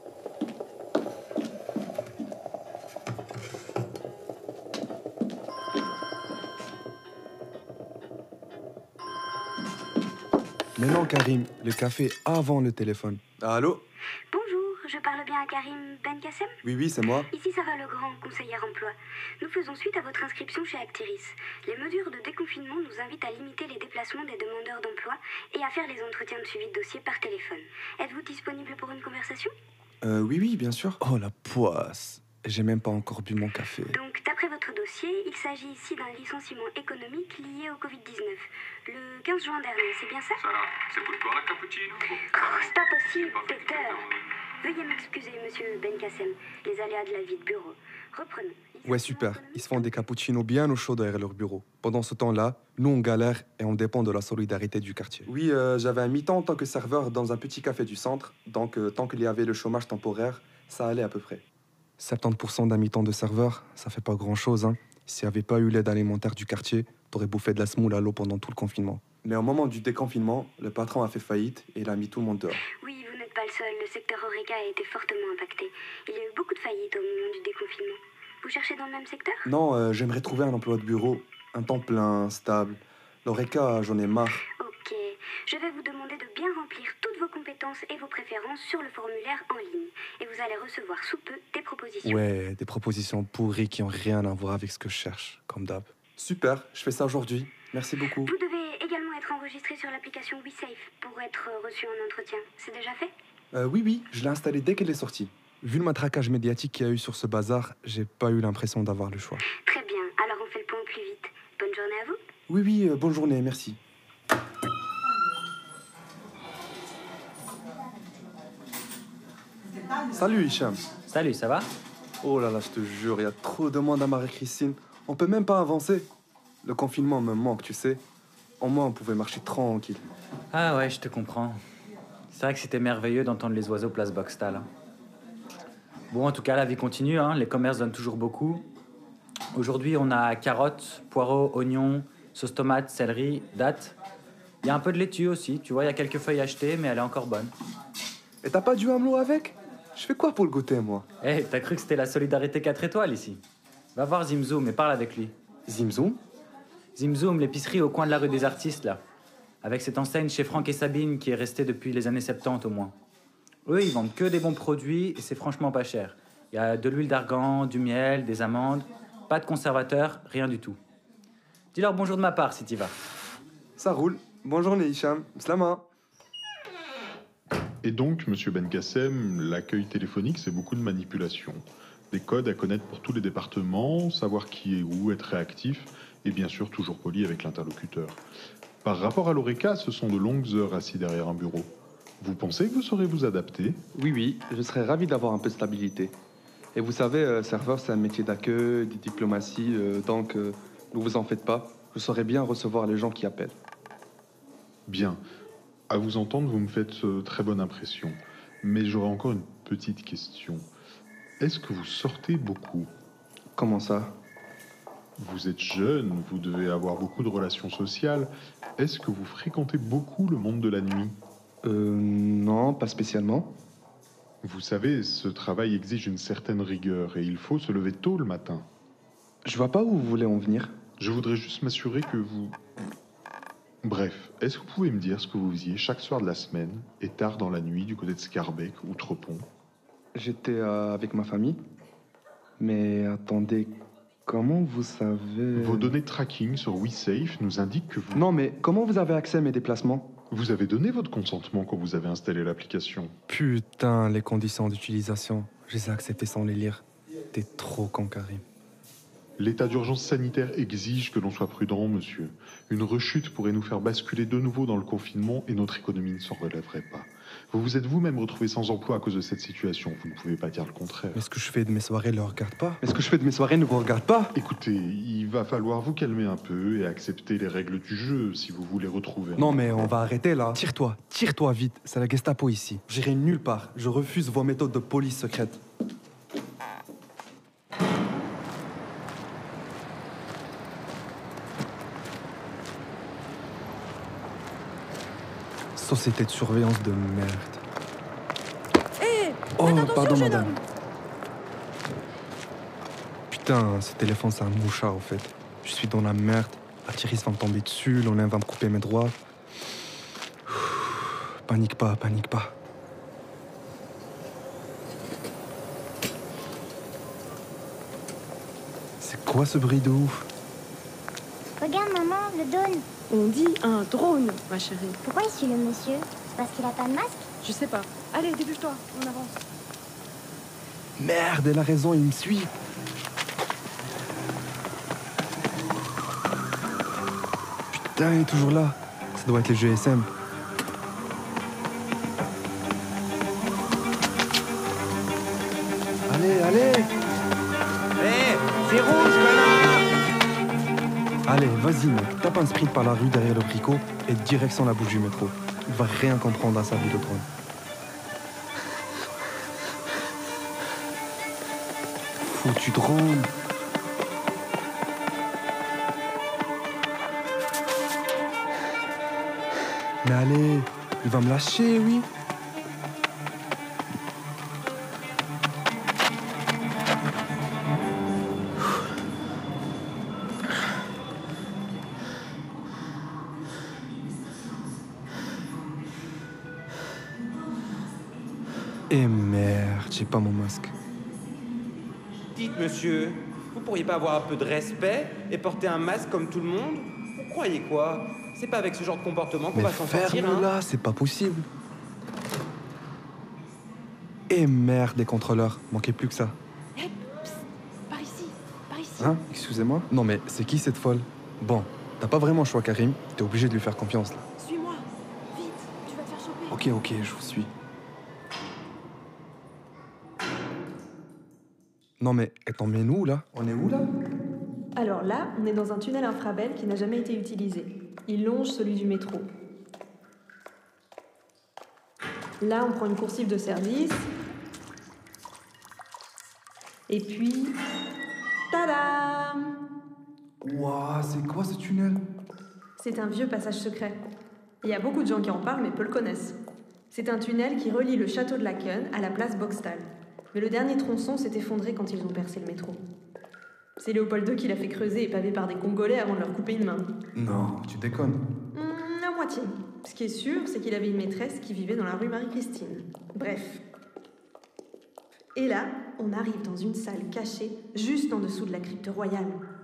[SPEAKER 16] Mais non, Karim, le café avant le téléphone. Allô?
[SPEAKER 21] Bonjour, je parle bien à Karim Benkassem?
[SPEAKER 16] Oui, oui, c'est moi.
[SPEAKER 21] Ici Sarah Legrand, conseillère emploi. Nous faisons suite à votre inscription chez Actiris. Les mesures de déconfinement nous invitent à limiter les déplacements des demandeurs d'emploi et à faire les entretiens de suivi de dossier par téléphone. Êtes-vous disponible pour une conversation?
[SPEAKER 16] Euh, oui, oui, bien sûr. Oh, la poisse. J'ai même pas encore bu mon café.
[SPEAKER 21] Donc, d'après votre dossier, il s'agit ici d'un licenciement économique lié au covid dix-neuf. Le quinze juin dernier, c'est bien ça?
[SPEAKER 25] Sarah, c'est pour toi la cappuccino?
[SPEAKER 21] Oh, c'est pas possible, Peter. Veuillez m'excuser, monsieur Ben Kassem. Les aléas de la vie de bureau. Reprenons.
[SPEAKER 16] Ouais, super. Ils se font des cappuccinos bien au chaud derrière leur bureau. Pendant ce temps-là, nous, on galère et on dépend de la solidarité du quartier. Oui, euh, j'avais un mi-temps en tant que serveur dans un petit café du centre. Donc, euh, tant qu'il y avait le chômage temporaire, ça allait à peu près. soixante-dix pour cent d'un mi-temps de serveur, ça fait pas grand-chose, hein. S'il n'y avait pas eu l'aide alimentaire du quartier, t'aurais bouffé de la semoule à l'eau pendant tout le confinement. Mais au moment du déconfinement, le patron a fait faillite et il a mis tout le monde dehors.
[SPEAKER 21] Oui, vous n'êtes pas le seul. Le secteur Horeca a été fortement impacté. Il y a eu beaucoup de faillites au moment du déconfinement. Vous cherchez dans le même secteur?
[SPEAKER 16] Non, euh, j'aimerais trouver un emploi de bureau, un temps plein, stable. L'Horeca, j'en ai marre.
[SPEAKER 21] Ok. Je vais vous demander de bien remplir toutes vos compétences et vos préférences sur le formulaire en ligne. Et vous allez recevoir sous peu des propositions.
[SPEAKER 16] Ouais, des propositions pourries qui n'ont rien à voir avec ce que je cherche, comme d'hab. Super, je fais ça aujourd'hui. Merci beaucoup.
[SPEAKER 21] Vous devez également être enregistré sur l'application WeSafe pour être reçu en entretien. C'est déjà fait?
[SPEAKER 16] euh, Oui, oui, je l'ai installée dès qu'elle est sortie. Vu le matraquage médiatique qu'il y a eu sur ce bazar, j'ai pas eu l'impression d'avoir le choix.
[SPEAKER 21] Très bien, alors on fait le point plus vite. Bonne journée à vous.
[SPEAKER 16] Oui, oui, euh, bonne journée, merci. Salut Hicham.
[SPEAKER 5] Salut, ça va?
[SPEAKER 16] Oh là là, je te jure, il y a trop de monde à Marie-Christine. On peut même pas avancer. Le confinement me manque, tu sais. Au moins, on pouvait marcher tranquille.
[SPEAKER 5] Ah ouais, je te comprends. C'est vrai que c'était merveilleux d'entendre les oiseaux place Boxtal. Hein. Bon, en tout cas, la vie continue, hein. Les commerces donnent toujours beaucoup. Aujourd'hui, on a carottes, poireaux, oignons, sauce tomate, céleri, dattes. Il y a un peu de laitue aussi. Tu vois, il y a quelques feuilles achetées, mais elle est encore bonne.
[SPEAKER 16] Et t'as pas du hamelot avec? Je fais quoi pour le goûter, moi?
[SPEAKER 5] Eh, hey, t'as cru que c'était la solidarité quatre étoiles ici? Va voir Zimzoum et parle avec lui.
[SPEAKER 16] Zimzoum?
[SPEAKER 5] Zimzoum, l'épicerie au coin de la rue des Artistes, là. Avec cette enseigne chez Franck et Sabine qui est restée depuis les années soixante-dix au moins. Eux, ils vendent que des bons produits et c'est franchement pas cher. Il y a de l'huile d'argan, du miel, des amandes, pas de conservateur, rien du tout. Dis-leur bonjour de ma part si t'y vas.
[SPEAKER 16] Ça roule. Bonne journée, Hicham. Slama.
[SPEAKER 7] Et donc, monsieur Ben Kassem, l'accueil téléphonique, c'est beaucoup de manipulation. Des codes à connaître pour tous les départements, savoir qui est où, être réactif, et bien sûr toujours poli avec l'interlocuteur. Par rapport à l'Horeca, ce sont de longues heures assis derrière un bureau. Vous pensez que vous saurez vous adapter?
[SPEAKER 16] Oui, oui, je serais ravi d'avoir un peu de stabilité. Et vous savez, euh, serveur, c'est un métier d'accueil, de diplomatie, euh, donc euh, ne vous en faites pas. Je saurais bien recevoir les gens qui appellent.
[SPEAKER 7] Bien. À vous entendre, vous me faites euh, très bonne impression. Mais j'aurais encore une petite question. Est-ce que vous sortez beaucoup?
[SPEAKER 16] Comment ça?
[SPEAKER 7] Vous êtes jeune, vous devez avoir beaucoup de relations sociales. Est-ce que vous fréquentez beaucoup le monde de la nuit?
[SPEAKER 16] Euh, non, pas spécialement.
[SPEAKER 7] Vous savez, ce travail exige une certaine rigueur et il faut se lever tôt le matin.
[SPEAKER 16] Je vois pas où vous voulez en venir.
[SPEAKER 7] Je voudrais juste m'assurer que vous... Bref, est-ce que vous pouvez me dire ce que vous faisiez chaque soir de la semaine et tard dans la nuit du côté de Scarbeck ou Trepont?
[SPEAKER 16] J'étais euh, avec ma famille. Mais attendez, comment vous savez...
[SPEAKER 7] Vos données de tracking sur WeSafe nous indiquent que vous...
[SPEAKER 16] Non, mais comment vous avez accès à mes déplacements?
[SPEAKER 7] Vous avez donné votre consentement quand vous avez installé l'application.
[SPEAKER 16] Putain, les conditions d'utilisation. Je les ai acceptées sans les lire. T'es trop con, Karim.
[SPEAKER 7] L'état d'urgence sanitaire exige que l'on soit prudent, monsieur. Une rechute pourrait nous faire basculer de nouveau dans le confinement et notre économie ne s'en relèverait pas. Vous vous êtes vous-même retrouvé sans emploi à cause de cette situation. Vous ne pouvez pas dire le contraire.
[SPEAKER 16] Mais ce que je fais de mes soirées ne le regarde pas. Mais ce que je fais de mes soirées ne vous regarde pas.
[SPEAKER 7] Écoutez, il va falloir vous calmer un peu et accepter les règles du jeu si vous voulez retrouver...
[SPEAKER 16] Non mais on va arrêter là. Tire-toi, tire-toi vite. C'est la Gestapo ici. J'irai nulle part. Je refuse vos méthodes de police secrète. Société de surveillance de merde.
[SPEAKER 18] Hé hey,
[SPEAKER 16] Oh, pardon, madame. Homme. Putain, ce téléphone, c'est un mouchard, au fait. Je suis dans la merde. La Thierry va me tomber dessus, l'Olin va me couper mes droits. Panique pas, panique pas. C'est quoi ce bruit de ouf?
[SPEAKER 1] Regarde, maman, le drone.
[SPEAKER 18] On dit un drone, ma chérie.
[SPEAKER 1] Pourquoi il suit le monsieur? Parce qu'il a pas de masque?
[SPEAKER 18] Je sais pas. Allez, dépêche-toi, on avance.
[SPEAKER 16] Merde, elle a raison, il me suit. Putain, il est toujours là. Ça doit être les G S M. Allez, vas-y, mec, tape un sprint par la rue derrière le bricot et direction la bouche du métro. Il va rien comprendre à sa vie de drone. Foutu drone. Mais allez, il va me lâcher, oui. Et merde, j'ai pas mon masque.
[SPEAKER 8] Dites, monsieur, vous pourriez pas avoir un peu de respect et porter un masque comme tout le monde? Vous croyez quoi? C'est pas avec ce genre de comportement qu'on
[SPEAKER 16] Mais
[SPEAKER 8] va s'en sortir, hein?
[SPEAKER 16] ferme-la, c'est pas possible. Et merde, les contrôleurs, manquait plus que ça.
[SPEAKER 18] Hé, hey, par ici, par ici.
[SPEAKER 16] Hein? Excusez-moi? Non mais c'est qui cette folle? Bon, t'as pas vraiment le choix, Karim. T'es obligé de lui faire confiance, là.
[SPEAKER 18] Suis-moi, vite, tu vas te faire choper.
[SPEAKER 16] Ok, ok, je vous suis. Non mais, elle t'emmène où, là? On est où, là?
[SPEAKER 9] Alors là, on est dans un tunnel infrabel qui n'a jamais été utilisé. Il longe celui du métro. Là, on prend une coursive de service. Et puis... Tadam!
[SPEAKER 16] Waouh, c'est quoi ce tunnel?
[SPEAKER 9] C'est un vieux passage secret. Il y a beaucoup de gens qui en parlent, mais peu le connaissent. C'est un tunnel qui relie le château de Laken à la place Boxtal. Mais le dernier tronçon s'est effondré quand ils ont percé le métro. C'est Léopold deux qui l'a fait creuser et pavé par des Congolais avant de leur couper une main.
[SPEAKER 16] Non, tu déconnes.
[SPEAKER 9] Mmh, à moitié. Ce qui est sûr, c'est qu'il avait une maîtresse qui vivait dans la rue Marie-Christine. Bref. Et là, on arrive dans une salle cachée, juste en dessous de la crypte royale.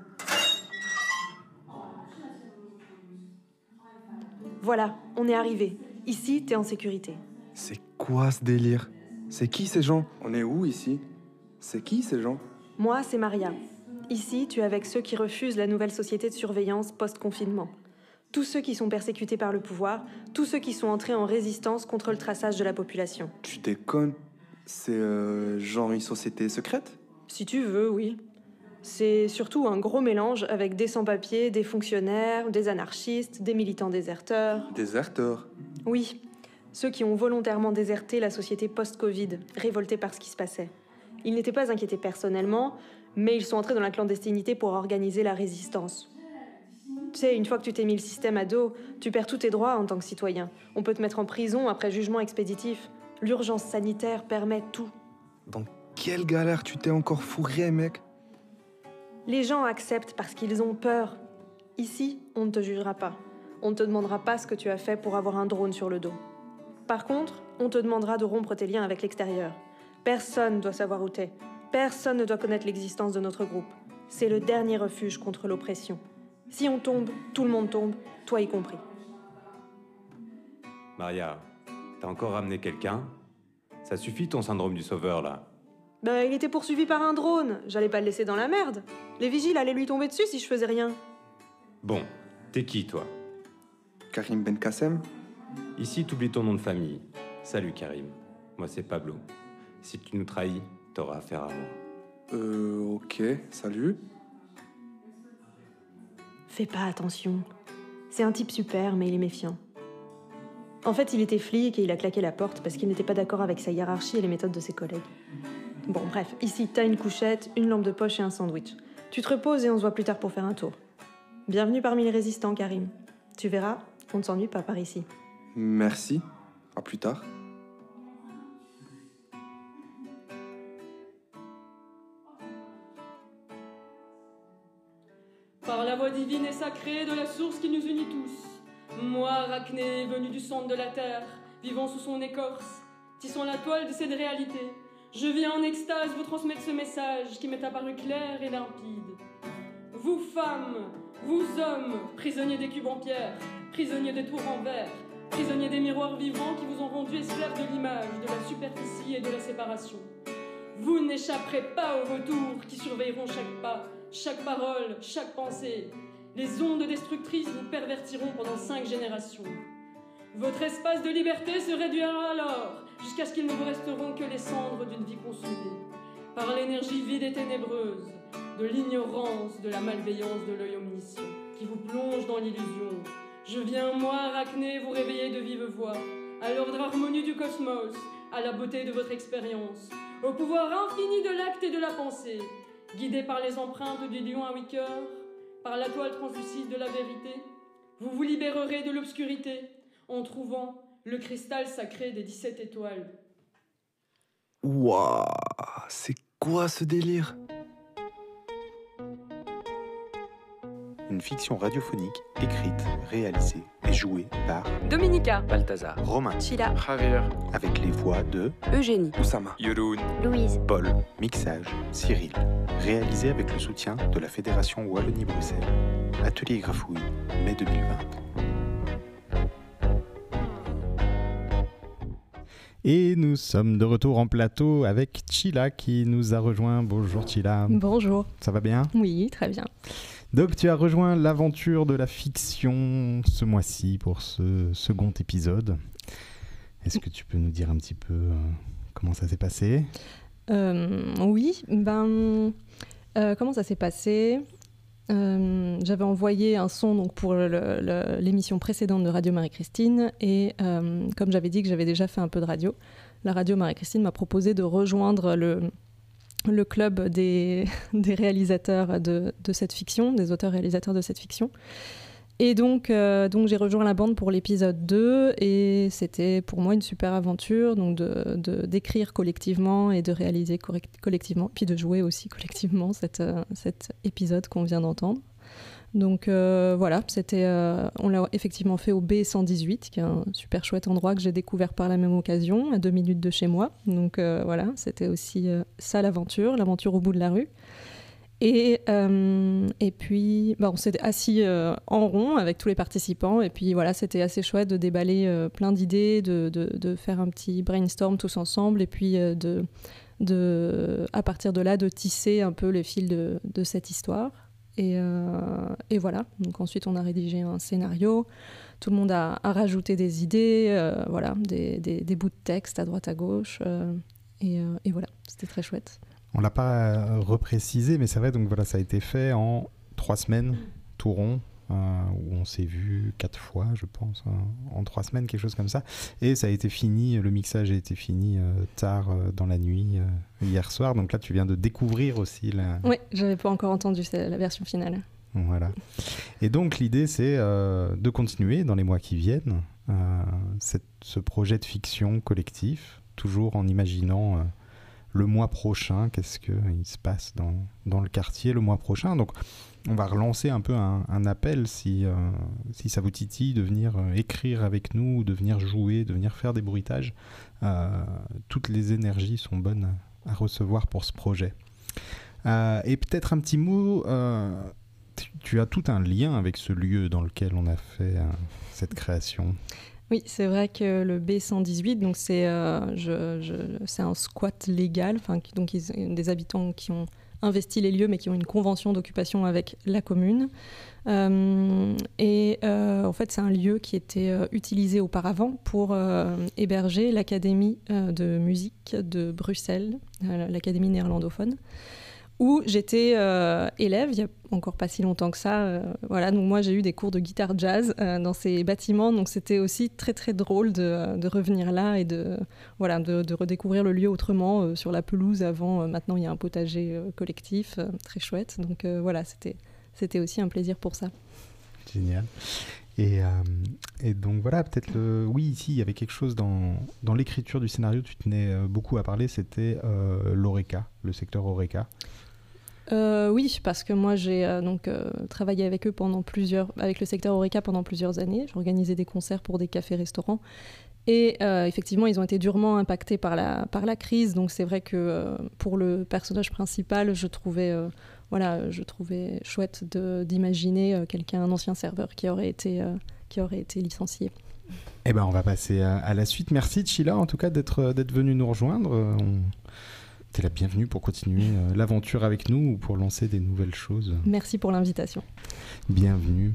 [SPEAKER 9] Voilà, on est arrivé. Ici, t'es en sécurité.
[SPEAKER 16] C'est quoi ce délire? C'est qui ces gens? On est où ici? C'est qui ces gens?
[SPEAKER 9] Moi, c'est Maria. Ici, tu es avec ceux qui refusent la nouvelle société de surveillance post-confinement. Tous ceux qui sont persécutés par le pouvoir, tous ceux qui sont entrés en résistance contre le traçage de la population.
[SPEAKER 16] Tu déconnes? C'est euh, genre une société secrète?
[SPEAKER 9] Si tu veux, oui. C'est surtout un gros mélange avec des sans-papiers, des fonctionnaires, des anarchistes, des militants déserteurs.
[SPEAKER 16] Déserteurs?
[SPEAKER 9] Oui, ceux qui ont volontairement déserté la société post-Covid, révoltés par ce qui se passait. Ils n'étaient pas inquiétés personnellement, mais ils sont entrés dans la clandestinité pour organiser la résistance. Tu sais, une fois que tu t'es mis le système à dos, tu perds tous tes droits en tant que citoyen. On peut te mettre en prison après jugement expéditif. L'urgence sanitaire permet tout.
[SPEAKER 16] Dans quelle galère tu t'es encore fourré, mec?
[SPEAKER 9] Les gens acceptent parce qu'ils ont peur. Ici, on ne te jugera pas. On ne te demandera pas ce que tu as fait pour avoir un drone sur le dos. Par contre, on te demandera de rompre tes liens avec l'extérieur. Personne ne doit savoir où t'es. Personne ne doit connaître l'existence de notre groupe. C'est le dernier refuge contre l'oppression. Si on tombe, tout le monde tombe, toi y compris.
[SPEAKER 8] Maria, t'as encore ramené quelqu'un? Ça suffit ton syndrome du sauveur, là.
[SPEAKER 9] Bah, il était poursuivi par un drone. J'allais pas le laisser dans la merde. Les vigiles allaient lui tomber dessus si je faisais rien.
[SPEAKER 8] Bon, t'es qui, toi?
[SPEAKER 16] Karim Ben Kassem?
[SPEAKER 8] Ici, t'oublies ton nom de famille. Salut, Karim. Moi, c'est Pablo. Si tu nous trahis, t'auras affaire à moi.
[SPEAKER 16] Euh, ok, salut.
[SPEAKER 9] Fais pas attention. C'est un type super, mais il est méfiant. En fait, il était flic et il a claqué la porte parce qu'il n'était pas d'accord avec sa hiérarchie et les méthodes de ses collègues. Bon, bref, ici, t'as une couchette, une lampe de poche et un sandwich. Tu te reposes et on se voit plus tard pour faire un tour. Bienvenue parmi les résistants, Karim. Tu verras, on ne s'ennuie pas par ici.
[SPEAKER 16] Merci. À plus tard.
[SPEAKER 10] Par la voix divine et sacrée de la source qui nous unit tous, moi, Arachné, venu du centre de la terre, vivant sous son écorce, tissant la toile de cette réalité, je viens en extase vous transmettre ce message qui m'est apparu clair et limpide. Vous femmes, vous hommes, prisonniers des cubes en pierre, prisonniers des tours en verre, prisonniers des miroirs vivants qui vous ont rendu esclaves de l'image, de la superficie et de la séparation. Vous n'échapperez pas aux vautours qui surveilleront chaque pas, chaque parole, chaque pensée. Les ondes destructrices vous pervertiront pendant cinq générations. Votre espace de liberté se réduira alors, jusqu'à ce qu'il ne vous resteront que les cendres d'une vie consumée, par l'énergie vide et ténébreuse, de l'ignorance, de la malveillance, de l'œil omniscient. qui vous plonge dans l'illusion. Je viens, moi, Arachné, vous réveiller de vive voix, à l'ordre harmonieux du cosmos, à la beauté de votre expérience, au pouvoir infini de l'acte et de la pensée, guidé par les empreintes du lion à huit cœurs, par la toile translucide de la vérité, vous vous libérerez de l'obscurité en trouvant le cristal sacré des dix-sept étoiles.
[SPEAKER 4] Waouh, c'est quoi ce délire?
[SPEAKER 14] Une fiction radiophonique écrite, réalisée et jouée par
[SPEAKER 23] Dominica,
[SPEAKER 14] Balthazar, Romain,
[SPEAKER 23] Chila,
[SPEAKER 4] Javier,
[SPEAKER 14] avec les voix de
[SPEAKER 23] Eugénie,
[SPEAKER 4] Oussama, Yoroun,
[SPEAKER 1] Louise,
[SPEAKER 14] Paul, mixage, Cyril, réalisé avec le soutien de la Fédération Wallonie-Bruxelles. Atelier Grafouille, mai deux mille vingt.
[SPEAKER 6] Et nous sommes de retour en plateau avec Chila qui nous a rejoint. Bonjour Chila.
[SPEAKER 23] Bonjour.
[SPEAKER 6] Ça va bien?
[SPEAKER 23] Oui, très bien.
[SPEAKER 6] Donc tu as rejoint l'aventure de la fiction ce mois-ci pour ce second épisode. Est-ce que tu peux nous dire un petit peu euh, comment ça s'est passé?
[SPEAKER 23] euh, Oui, ben, euh, comment ça s'est passé? Euh, j'avais envoyé un son donc, pour le, le, l'émission précédente de Radio Marie-Christine et euh, comme j'avais dit que j'avais déjà fait un peu de radio, la Radio Marie-Christine m'a proposé de rejoindre le, le club des, des réalisateurs de, de cette fiction, des auteurs-réalisateurs de cette fiction. Et donc, euh, donc j'ai rejoint la bande pour l'épisode deux et c'était pour moi une super aventure donc de, de, d'écrire collectivement et de réaliser correct, collectivement, puis de jouer aussi collectivement cette, euh, cet épisode qu'on vient d'entendre. Donc euh, voilà, c'était, euh, on l'a effectivement fait au B cent dix-huit, qui est un super chouette endroit que j'ai découvert par la même occasion, à deux minutes de chez moi. Donc euh, voilà, c'était aussi euh, ça l'aventure, l'aventure au bout de la rue. Et, euh, et puis, bah, on s'est assis euh, en rond avec tous les participants. Et puis voilà, c'était assez chouette de déballer euh, plein d'idées, de, de, de faire un petit brainstorm tous ensemble. Et puis, euh, de, de, à partir de là, de tisser un peu les fils de, de cette histoire. Et, euh, et voilà, donc ensuite on a rédigé un scénario. Tout le monde a, a rajouté des idées, euh, voilà, des, des, des bouts de texte à droite à gauche. Euh, et, euh, et voilà, c'était très chouette.
[SPEAKER 6] On ne l'a pas reprécisé, mais c'est vrai, donc voilà, ça a été fait en trois semaines, tout rond, euh, où on s'est vu quatre fois, je pense, hein, en trois semaines, quelque chose comme ça. Et ça a été fini, le mixage a été fini euh, tard euh, dans la nuit, euh, hier soir. Donc là, tu viens de découvrir aussi la...
[SPEAKER 23] Oui, je n'avais pas encore entendu la version finale.
[SPEAKER 6] Voilà. Et donc, l'idée, c'est euh, de continuer dans les mois qui viennent euh, cette, ce projet de fiction collectif, toujours en imaginant... Euh, le mois prochain, qu'est-ce qu'il se passe dans, dans le quartier le mois prochain. Donc, on va relancer un peu un, un appel si, euh, si ça vous titille de venir euh, écrire avec nous, de venir jouer, de venir faire des bruitages. Euh, toutes les énergies sont bonnes à recevoir pour ce projet. Euh, et peut-être un petit mot, euh, tu, tu as tout un lien avec ce lieu dans lequel on a fait euh, cette création.
[SPEAKER 23] Oui, c'est vrai que le B cent dix-huit, donc c'est, euh, je, je, c'est un squat légal, donc ils, des habitants qui ont investi les lieux mais qui ont une convention d'occupation avec la commune. Euh, et euh, en fait, c'est un lieu qui était euh, utilisé auparavant pour euh, héberger l'Académie euh, de musique de Bruxelles, euh, l'Académie néerlandophone, où j'étais euh, élève, il n'y a encore pas si longtemps que ça. Euh, voilà, donc moi, j'ai eu des cours de guitare jazz euh, dans ces bâtiments, donc c'était aussi très, très drôle de, de revenir là et de, voilà, de, de redécouvrir le lieu autrement, euh, sur la pelouse avant. Euh, maintenant, il y a un potager euh, collectif, euh, très chouette. Donc euh, voilà, c'était, c'était aussi un plaisir pour ça.
[SPEAKER 6] Génial. Et, euh, et donc voilà, peut-être le... Oui, ici, il y avait quelque chose dans, dans l'écriture du scénario, tu tenais euh, beaucoup à parler, c'était euh, l'Oreca, le secteur Oreca.
[SPEAKER 23] Euh, oui, parce que moi j'ai euh, donc euh, travaillé avec eux pendant plusieurs, avec le secteur Oreca pendant plusieurs années. J'organisais des concerts pour des cafés-restaurants et euh, effectivement ils ont été durement impactés par la par la crise. Donc c'est vrai que euh, pour le personnage principal, je trouvais euh, voilà, je trouvais chouette de, d'imaginer euh, quelqu'un, un ancien serveur qui aurait été euh, qui aurait été licencié.
[SPEAKER 6] Eh ben on va passer à, à la suite. Merci Chila en tout cas d'être d'être venu nous rejoindre. On... T'es la bienvenue pour continuer euh, l'aventure avec nous ou pour lancer des nouvelles choses.
[SPEAKER 23] Merci pour l'invitation.
[SPEAKER 6] Bienvenue.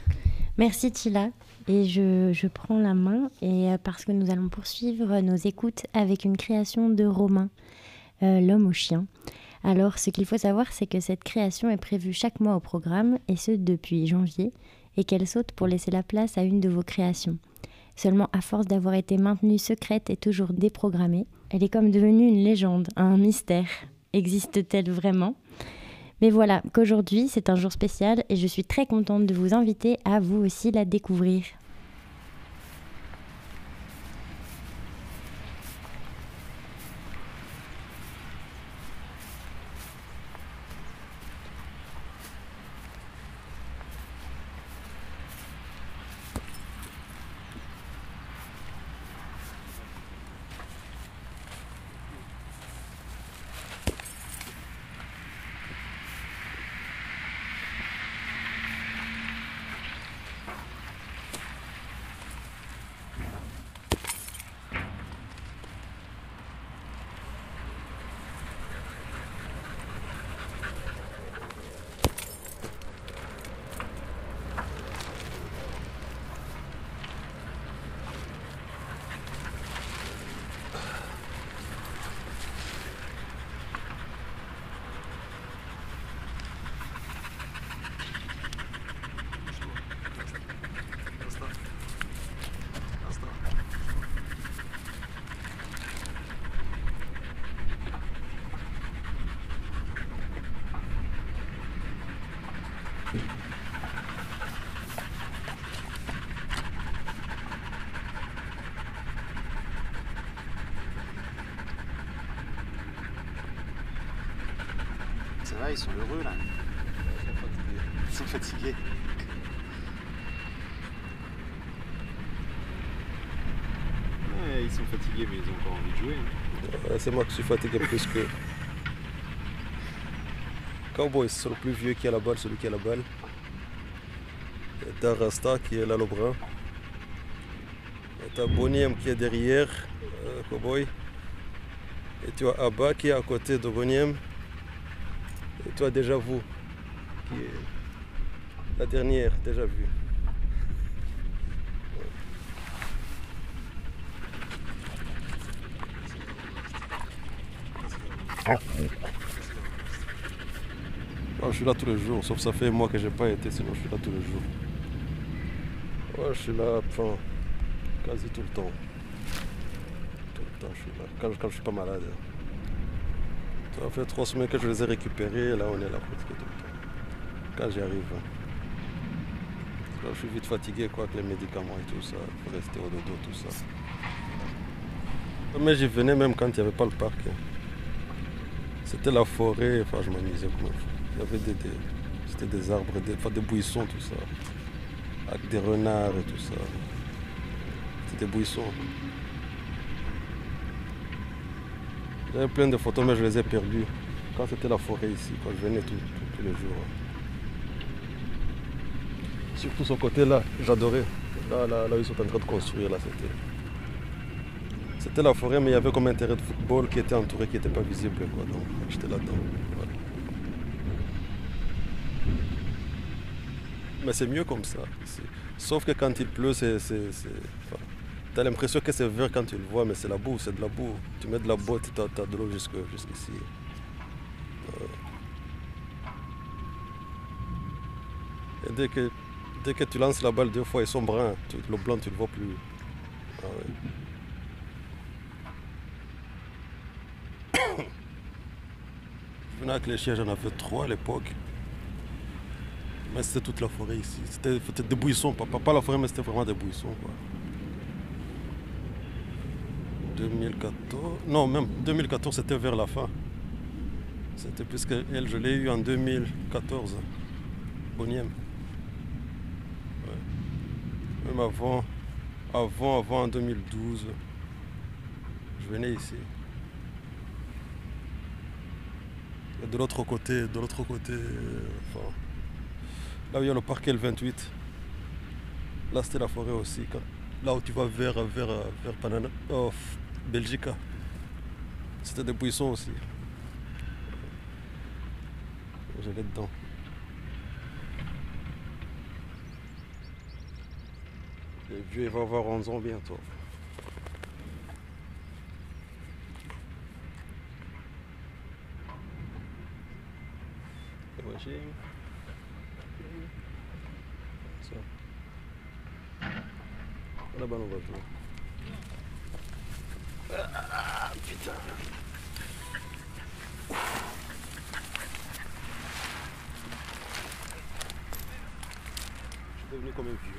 [SPEAKER 1] Merci Chila. Et je, je prends la main et, euh, parce que nous allons poursuivre nos écoutes avec une création de Romain, euh, L'homme au chien. Alors, ce qu'il faut savoir, c'est que cette création est prévue chaque mois au programme, et ce depuis janvier, et qu'elle saute pour laisser la place à une de vos créations. Seulement, à force d'avoir été maintenue secrète et toujours déprogrammée, elle est comme devenue une légende, un mystère. Existe-t-elle vraiment ? Mais voilà, qu'aujourd'hui, c'est un jour spécial et je suis très contente de vous inviter à vous aussi la découvrir.
[SPEAKER 14] Ça va, ils sont heureux là. Ils sont fatigués. Ouais, ils sont fatigués, mais ils ont encore envie de jouer. Hein.
[SPEAKER 12] Ouais, c'est moi qui suis fatigué plus que. Cowboy, c'est le plus vieux qui a la balle, celui qui a la balle. Et t'as Rasta qui est là le brun. Et t'as Boniem qui est derrière, euh, Cowboy. Et tu as Abba qui est à côté de Boniem. Et toi, déjà vous, qui est la dernière, déjà vue. Ah. Oh, je suis là tous les jours, sauf ça fait un mois que j'ai pas été, sinon je suis là tous les jours. Ouais, je suis là, enfin, quasi tout le temps. Tout le temps, je suis là, quand, quand je suis pas malade. Ça fait trois semaines que je les ai récupérés, et là on est là presque tout le temps. Quand j'y arrive. Là, je suis vite fatigué quoi, avec les médicaments et tout ça, pour rester au dodo, tout ça. Mais j'y venais même quand il n'y avait pas le parc. C'était la forêt, enfin je m'amusais comme un fou. Il y avait des, des, c'était des arbres, des, enfin, des buissons, tout ça. Avec des renards et tout ça. C'était des buissons. J'avais plein de photos, mais je les ai perdues. Quand c'était la forêt ici, quand je venais tous les jours. Surtout ce côté-là, j'adorais. Là, là, là, ils sont en train de construire, là, c'était... C'était la forêt, mais il y avait comme un terrain de football qui était entouré, qui n'était pas visible, quoi. Donc, j'étais là-dedans. Voilà. Mais c'est mieux comme ça, ici. Sauf que quand il pleut, c'est... Enfin, t'as l'impression que c'est vert quand tu le vois, mais c'est la boue, c'est de la boue. Tu mets de la botte, t'as, t'as de l'eau jusque, jusqu'ici. Euh... Et dès que, dès que tu lances la balle deux fois, ils sont bruns. Tu, le blanc, tu ne le vois plus. Ah ouais. Je venais avec les chiens, j'en avais trois à l'époque. Mais c'était toute la forêt ici. C'était, c'était des buissons, pas, pas la forêt, mais c'était vraiment des buissons, quoi. deux mille quatorze, non même deux mille quatorze c'était vers la fin. C'était plus que elle, je l'ai eu en deux mille quatorze, Boniem. Ouais. Même avant, avant, avant en deux mille douze, je venais ici. Et de l'autre côté, de l'autre côté, euh, enfin, là où il y a le parc L vingt-huit, là c'était la forêt aussi. Quand, là où tu vas vers, vers, vers Panana, oh, Belgique, c'était des buissons aussi. J'allais dedans. Le vieux, il va avoir onze ans bientôt. Ching. Ça. Là-bas, on va jouer. Ah, putain. Je suis devenu comme un vieux.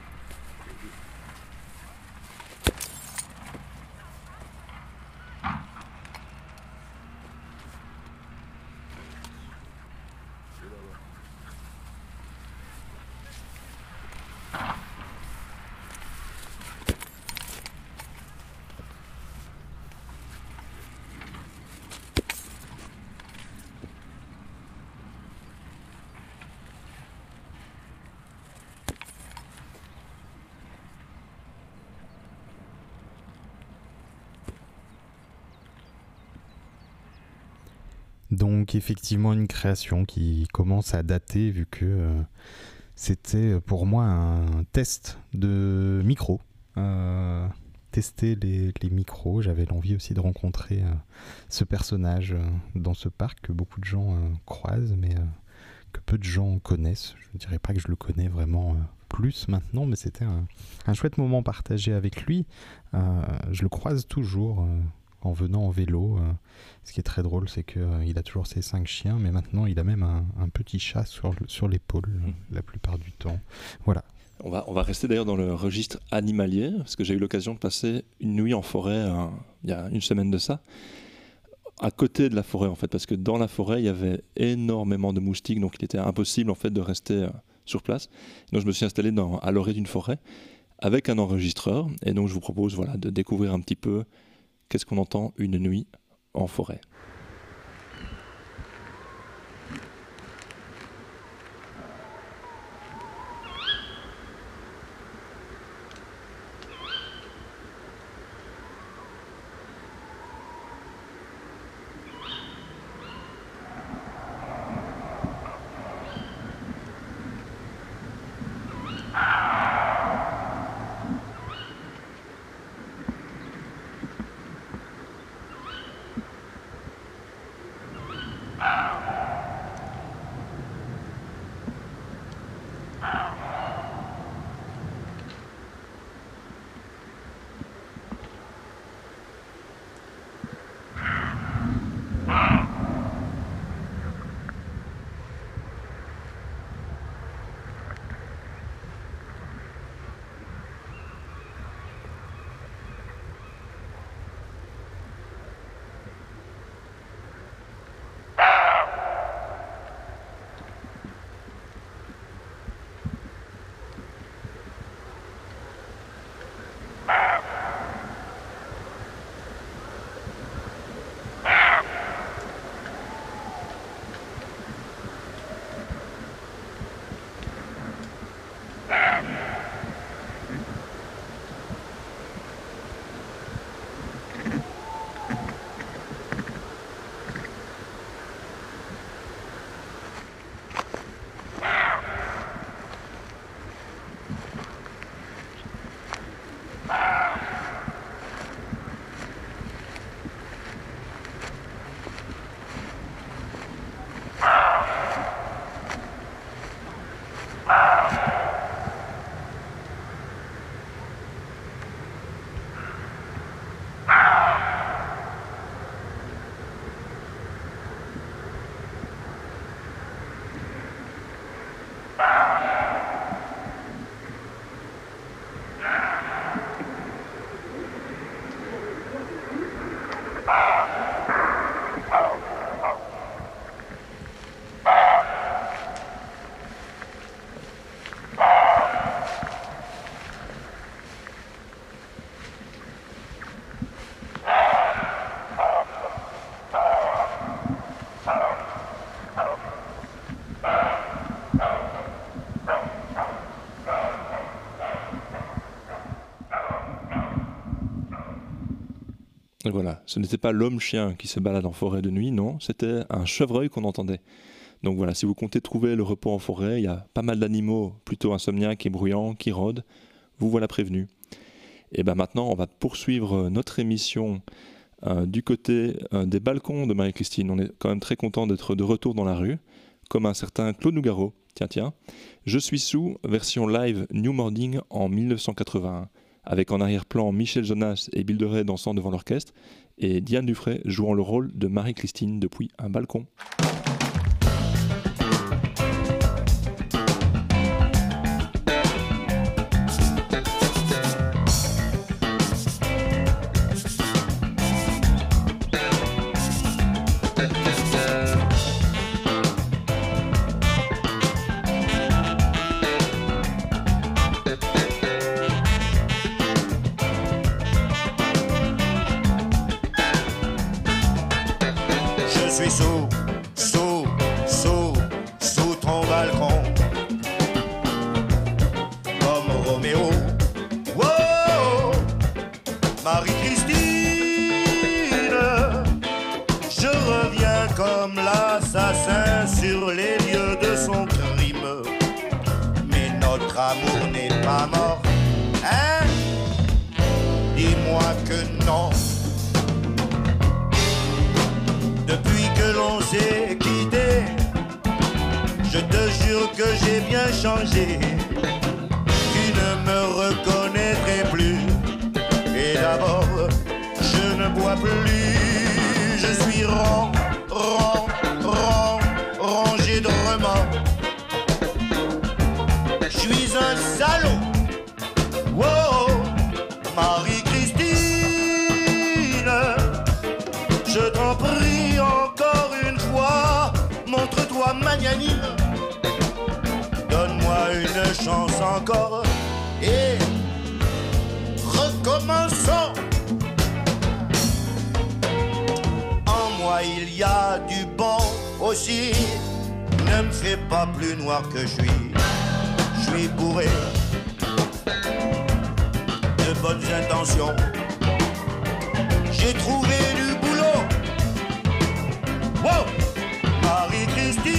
[SPEAKER 6] Donc effectivement une création qui commence à dater vu que euh, c'était pour moi un test de micro. Euh, tester les, les micros, j'avais l'envie aussi de rencontrer euh, ce personnage euh, dans ce parc que beaucoup de gens euh, croisent mais euh, que peu de gens connaissent. Je ne dirais pas que je le connais vraiment euh, plus maintenant, mais c'était un, un chouette moment partagé avec lui. Euh, je le croise toujours euh, en venant en vélo. Euh, ce qui est très drôle, c'est qu'il euh, a toujours ses cinq chiens, mais maintenant il a même un, un petit chat sur, sur l'épaule mmh. la plupart du temps. Voilà.
[SPEAKER 13] On va, on va rester d'ailleurs dans le registre animalier, parce que j'ai eu l'occasion de passer une nuit en forêt euh, il y a une semaine de ça, à côté de la forêt en fait, parce que dans la forêt il y avait énormément de moustiques, donc il était impossible en fait de rester euh, sur place. Donc je me suis installé dans, à l'orée d'une forêt avec un enregistreur, et donc je vous propose voilà, de découvrir un petit peu qu'est-ce qu'on entend une nuit en forêt. Et voilà, ce n'était pas l'homme-chien qui se balade en forêt de nuit, non, c'était un chevreuil qu'on entendait. Donc voilà, si vous comptez trouver le repos en forêt, il y a pas mal d'animaux plutôt insomniaques et bruyants qui rôdent, vous voilà prévenus. Et bien maintenant, on va poursuivre notre émission euh, du côté euh, des balcons de Marie-Christine. On est quand même très content d'être de retour dans la rue. comme un certain Claude Nougaro. Tiens, tiens. Je suis sous, version live New Morning en dix-neuf cent quatre-vingt-un, avec en arrière-plan Michel Jonas et Bill DeRay dansant devant l'orchestre, et Diane Dufray jouant le rôle de Marie-Christine depuis un balcon.
[SPEAKER 11] Que je suis, je suis bourré de bonnes intentions. J'ai trouvé du boulot. Wow, Marie-Christine,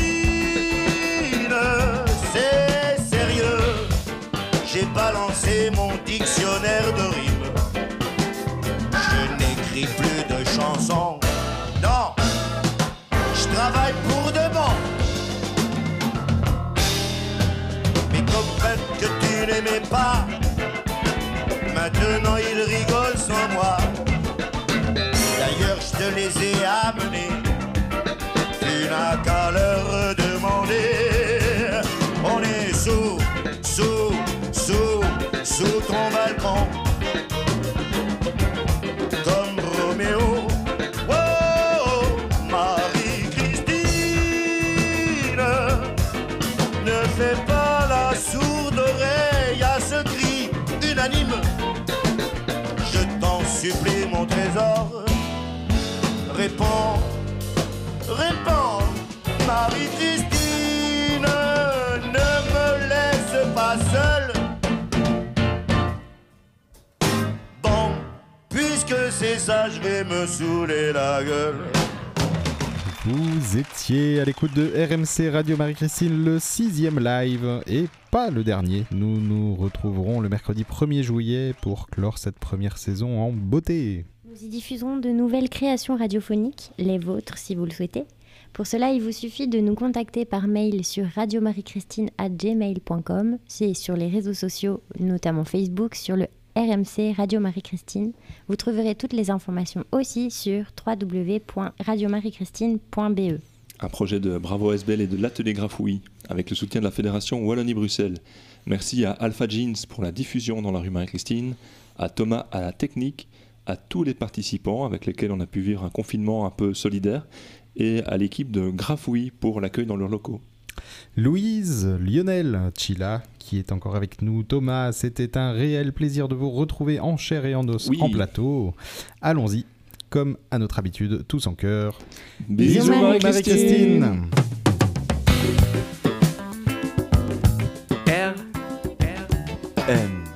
[SPEAKER 11] c'est sérieux. J'ai balancé mon dictionnaire de rimes. Je n'écris plus de chansons. Non, je travaille pour de bon. Que tu n'aimais pas, maintenant ils rigolent sans moi. D'ailleurs je te les ai amenés, tu n'as qu'à leur demander. On est sous, sous, sous, sous ton balcon, comme Roméo. Oh, Marie-Christine, ne fais pas la sourde oreille à ce cri unanime. Je t'en supplie mon trésor, réponds, réponds, Marie-Christine, ne me laisse pas seule. Bon, puisque c'est ça, je vais me saouler la gueule.
[SPEAKER 6] Vous étiez à l'écoute de R M C Radio Marie-Christine, le sixième live, et pas le dernier. Nous nous retrouverons le mercredi premier juillet pour clore cette première saison en beauté.
[SPEAKER 1] Nous y diffuserons de nouvelles créations radiophoniques, les vôtres si vous le souhaitez. Pour cela, il vous suffit de nous contacter par mail sur radio marie christine arobase gmail point com. C'est sur les réseaux sociaux, notamment Facebook, sur le R M C Radio Marie-Christine. Vous trouverez toutes les informations aussi sur w w w point radio marie christine point b e.
[SPEAKER 13] Un projet de Bravo S B L et de l'Atelier Grafouilly, avec le soutien de la Fédération Wallonie-Bruxelles. Merci à Alpha Jeans pour la diffusion dans la rue Marie-Christine, à Thomas à la technique, à tous les participants avec lesquels on a pu vivre un confinement un peu solidaire, et à l'équipe de Grafouilly pour l'accueil dans leurs locaux.
[SPEAKER 6] Louise, Lionel, Chila, qui est encore avec nous, Thomas, c'était un réel plaisir de vous retrouver en chair et en os oui. en plateau. Allons-y, comme à notre habitude, tous en chœur.
[SPEAKER 13] Bisous, Bisous Marie-Christine. Marie-Christine.
[SPEAKER 11] R R N